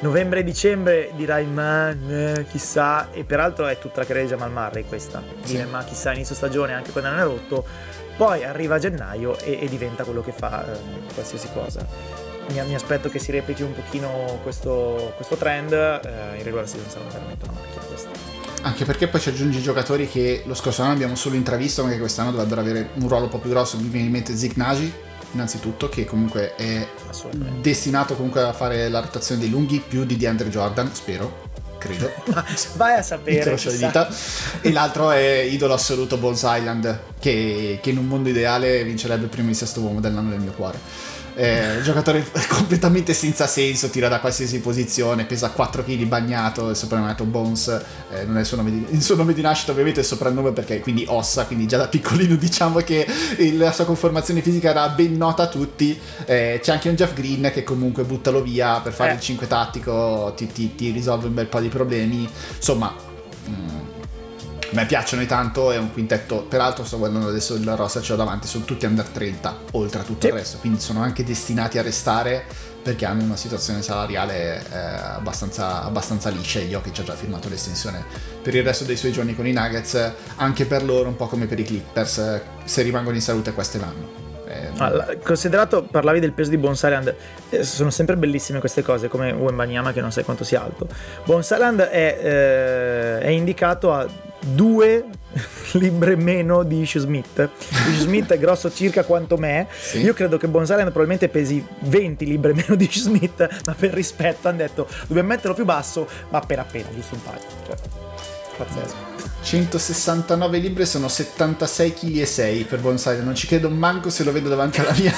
novembre e dicembre dirai ma chissà, e peraltro è tutta la carriera di Jamal Murray questa, dire ma chissà inizio stagione anche quando non è rotto, poi arriva a gennaio e diventa quello che fa qualsiasi cosa. Mi aspetto che si replichi un pochino questo trend, in regular season sarà veramente una macchina questa. Anche perché poi ci aggiungi giocatori che lo scorso anno abbiamo solo intravisto, ma che quest'anno dovrebbero avere un ruolo un po' più grosso. Mi viene in mente Zeke Nagy, innanzitutto, che comunque è destinato comunque a fare la rotazione dei lunghi, più di DeAndre Jordan, spero, credo. Vai a sapere. E l'altro è idolo assoluto Bones Island, che in un mondo ideale vincerebbe il primo e sesto uomo dell'anno del mio cuore. Giocatore completamente senza senso, tira da qualsiasi posizione, pesa 4 kg bagnato, il soprannome Bones, non è il suo nome di nascita, ovviamente è il soprannome perché quindi ossa, quindi già da piccolino diciamo che la sua conformazione fisica era ben nota a tutti. C'è anche un Jeff Green che comunque buttalo via per fare il 5 tattico, ti risolve un bel po' di problemi, insomma. A me piacciono tanto, è un quintetto, peraltro sto guardando adesso il roster ce l'ho davanti, sono tutti under 30 oltre a tutto il resto, quindi sono anche destinati a restare perché hanno una situazione salariale abbastanza liscia. Jokic ha già firmato l'estensione per il resto dei suoi giorni con i Nuggets, anche per loro un po' come per i Clippers, se rimangono in salute questo è l'anno. Considerato, parlavi del peso di Bones Island, sono sempre bellissime queste cose, come Wembanyama che non sai quanto sia alto. Bones Island è indicato a 2 libbre meno di Ish Smith. Ish Smith è grosso circa quanto me. Sì. Io credo che Bones Island probabilmente pesi 20 libbre meno di Ish Smith, ma per rispetto hanno detto dobbiamo metterlo più basso, ma appena giusto un paio, cioè, pazzesco. 169 libbre sono 76 kg e 6 per Bones Island, non ci credo manco se lo vedo davanti alla mia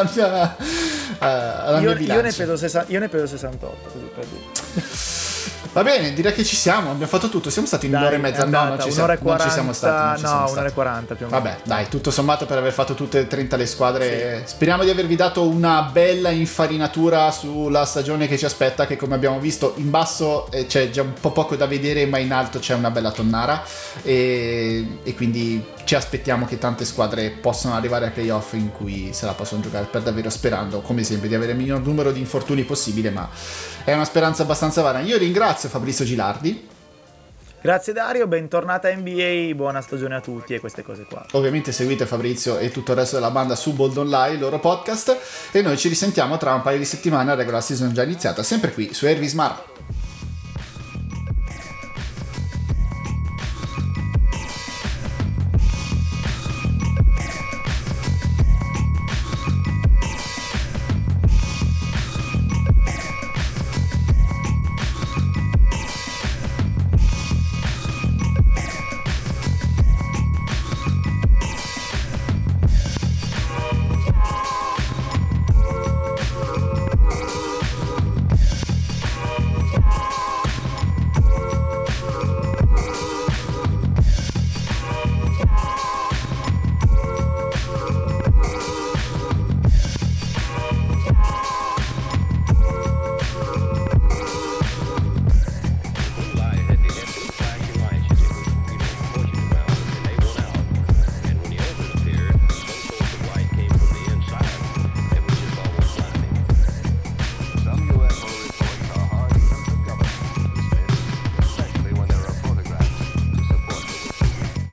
mia bilancia. Io ne peso 68, così per dire. Va bene, direi che ci siamo, abbiamo fatto tutto, siamo stati in un'ora e mezza, non ci siamo stati. Un'ora e 40 più o meno. Vabbè, dai, tutto sommato per aver fatto tutte e 30 le squadre, sì. Speriamo di avervi dato una bella infarinatura sulla stagione che ci aspetta, che come abbiamo visto in basso c'è già un po' poco da vedere, ma in alto c'è una bella tonnara e quindi ci aspettiamo che tante squadre possano arrivare ai playoff in cui se la possono giocare per davvero, sperando come sempre di avere il minor numero di infortuni possibile, ma è una speranza abbastanza vana. Io ringrazio Fabrizio Gilardi. Grazie Dario, bentornata NBA, buona stagione a tutti e queste cose qua. Ovviamente seguite Fabrizio e tutto il resto della banda su Bold Online, il loro podcast, e noi ci risentiamo tra un paio di settimane, la regular season già iniziata, sempre qui su Ervismar.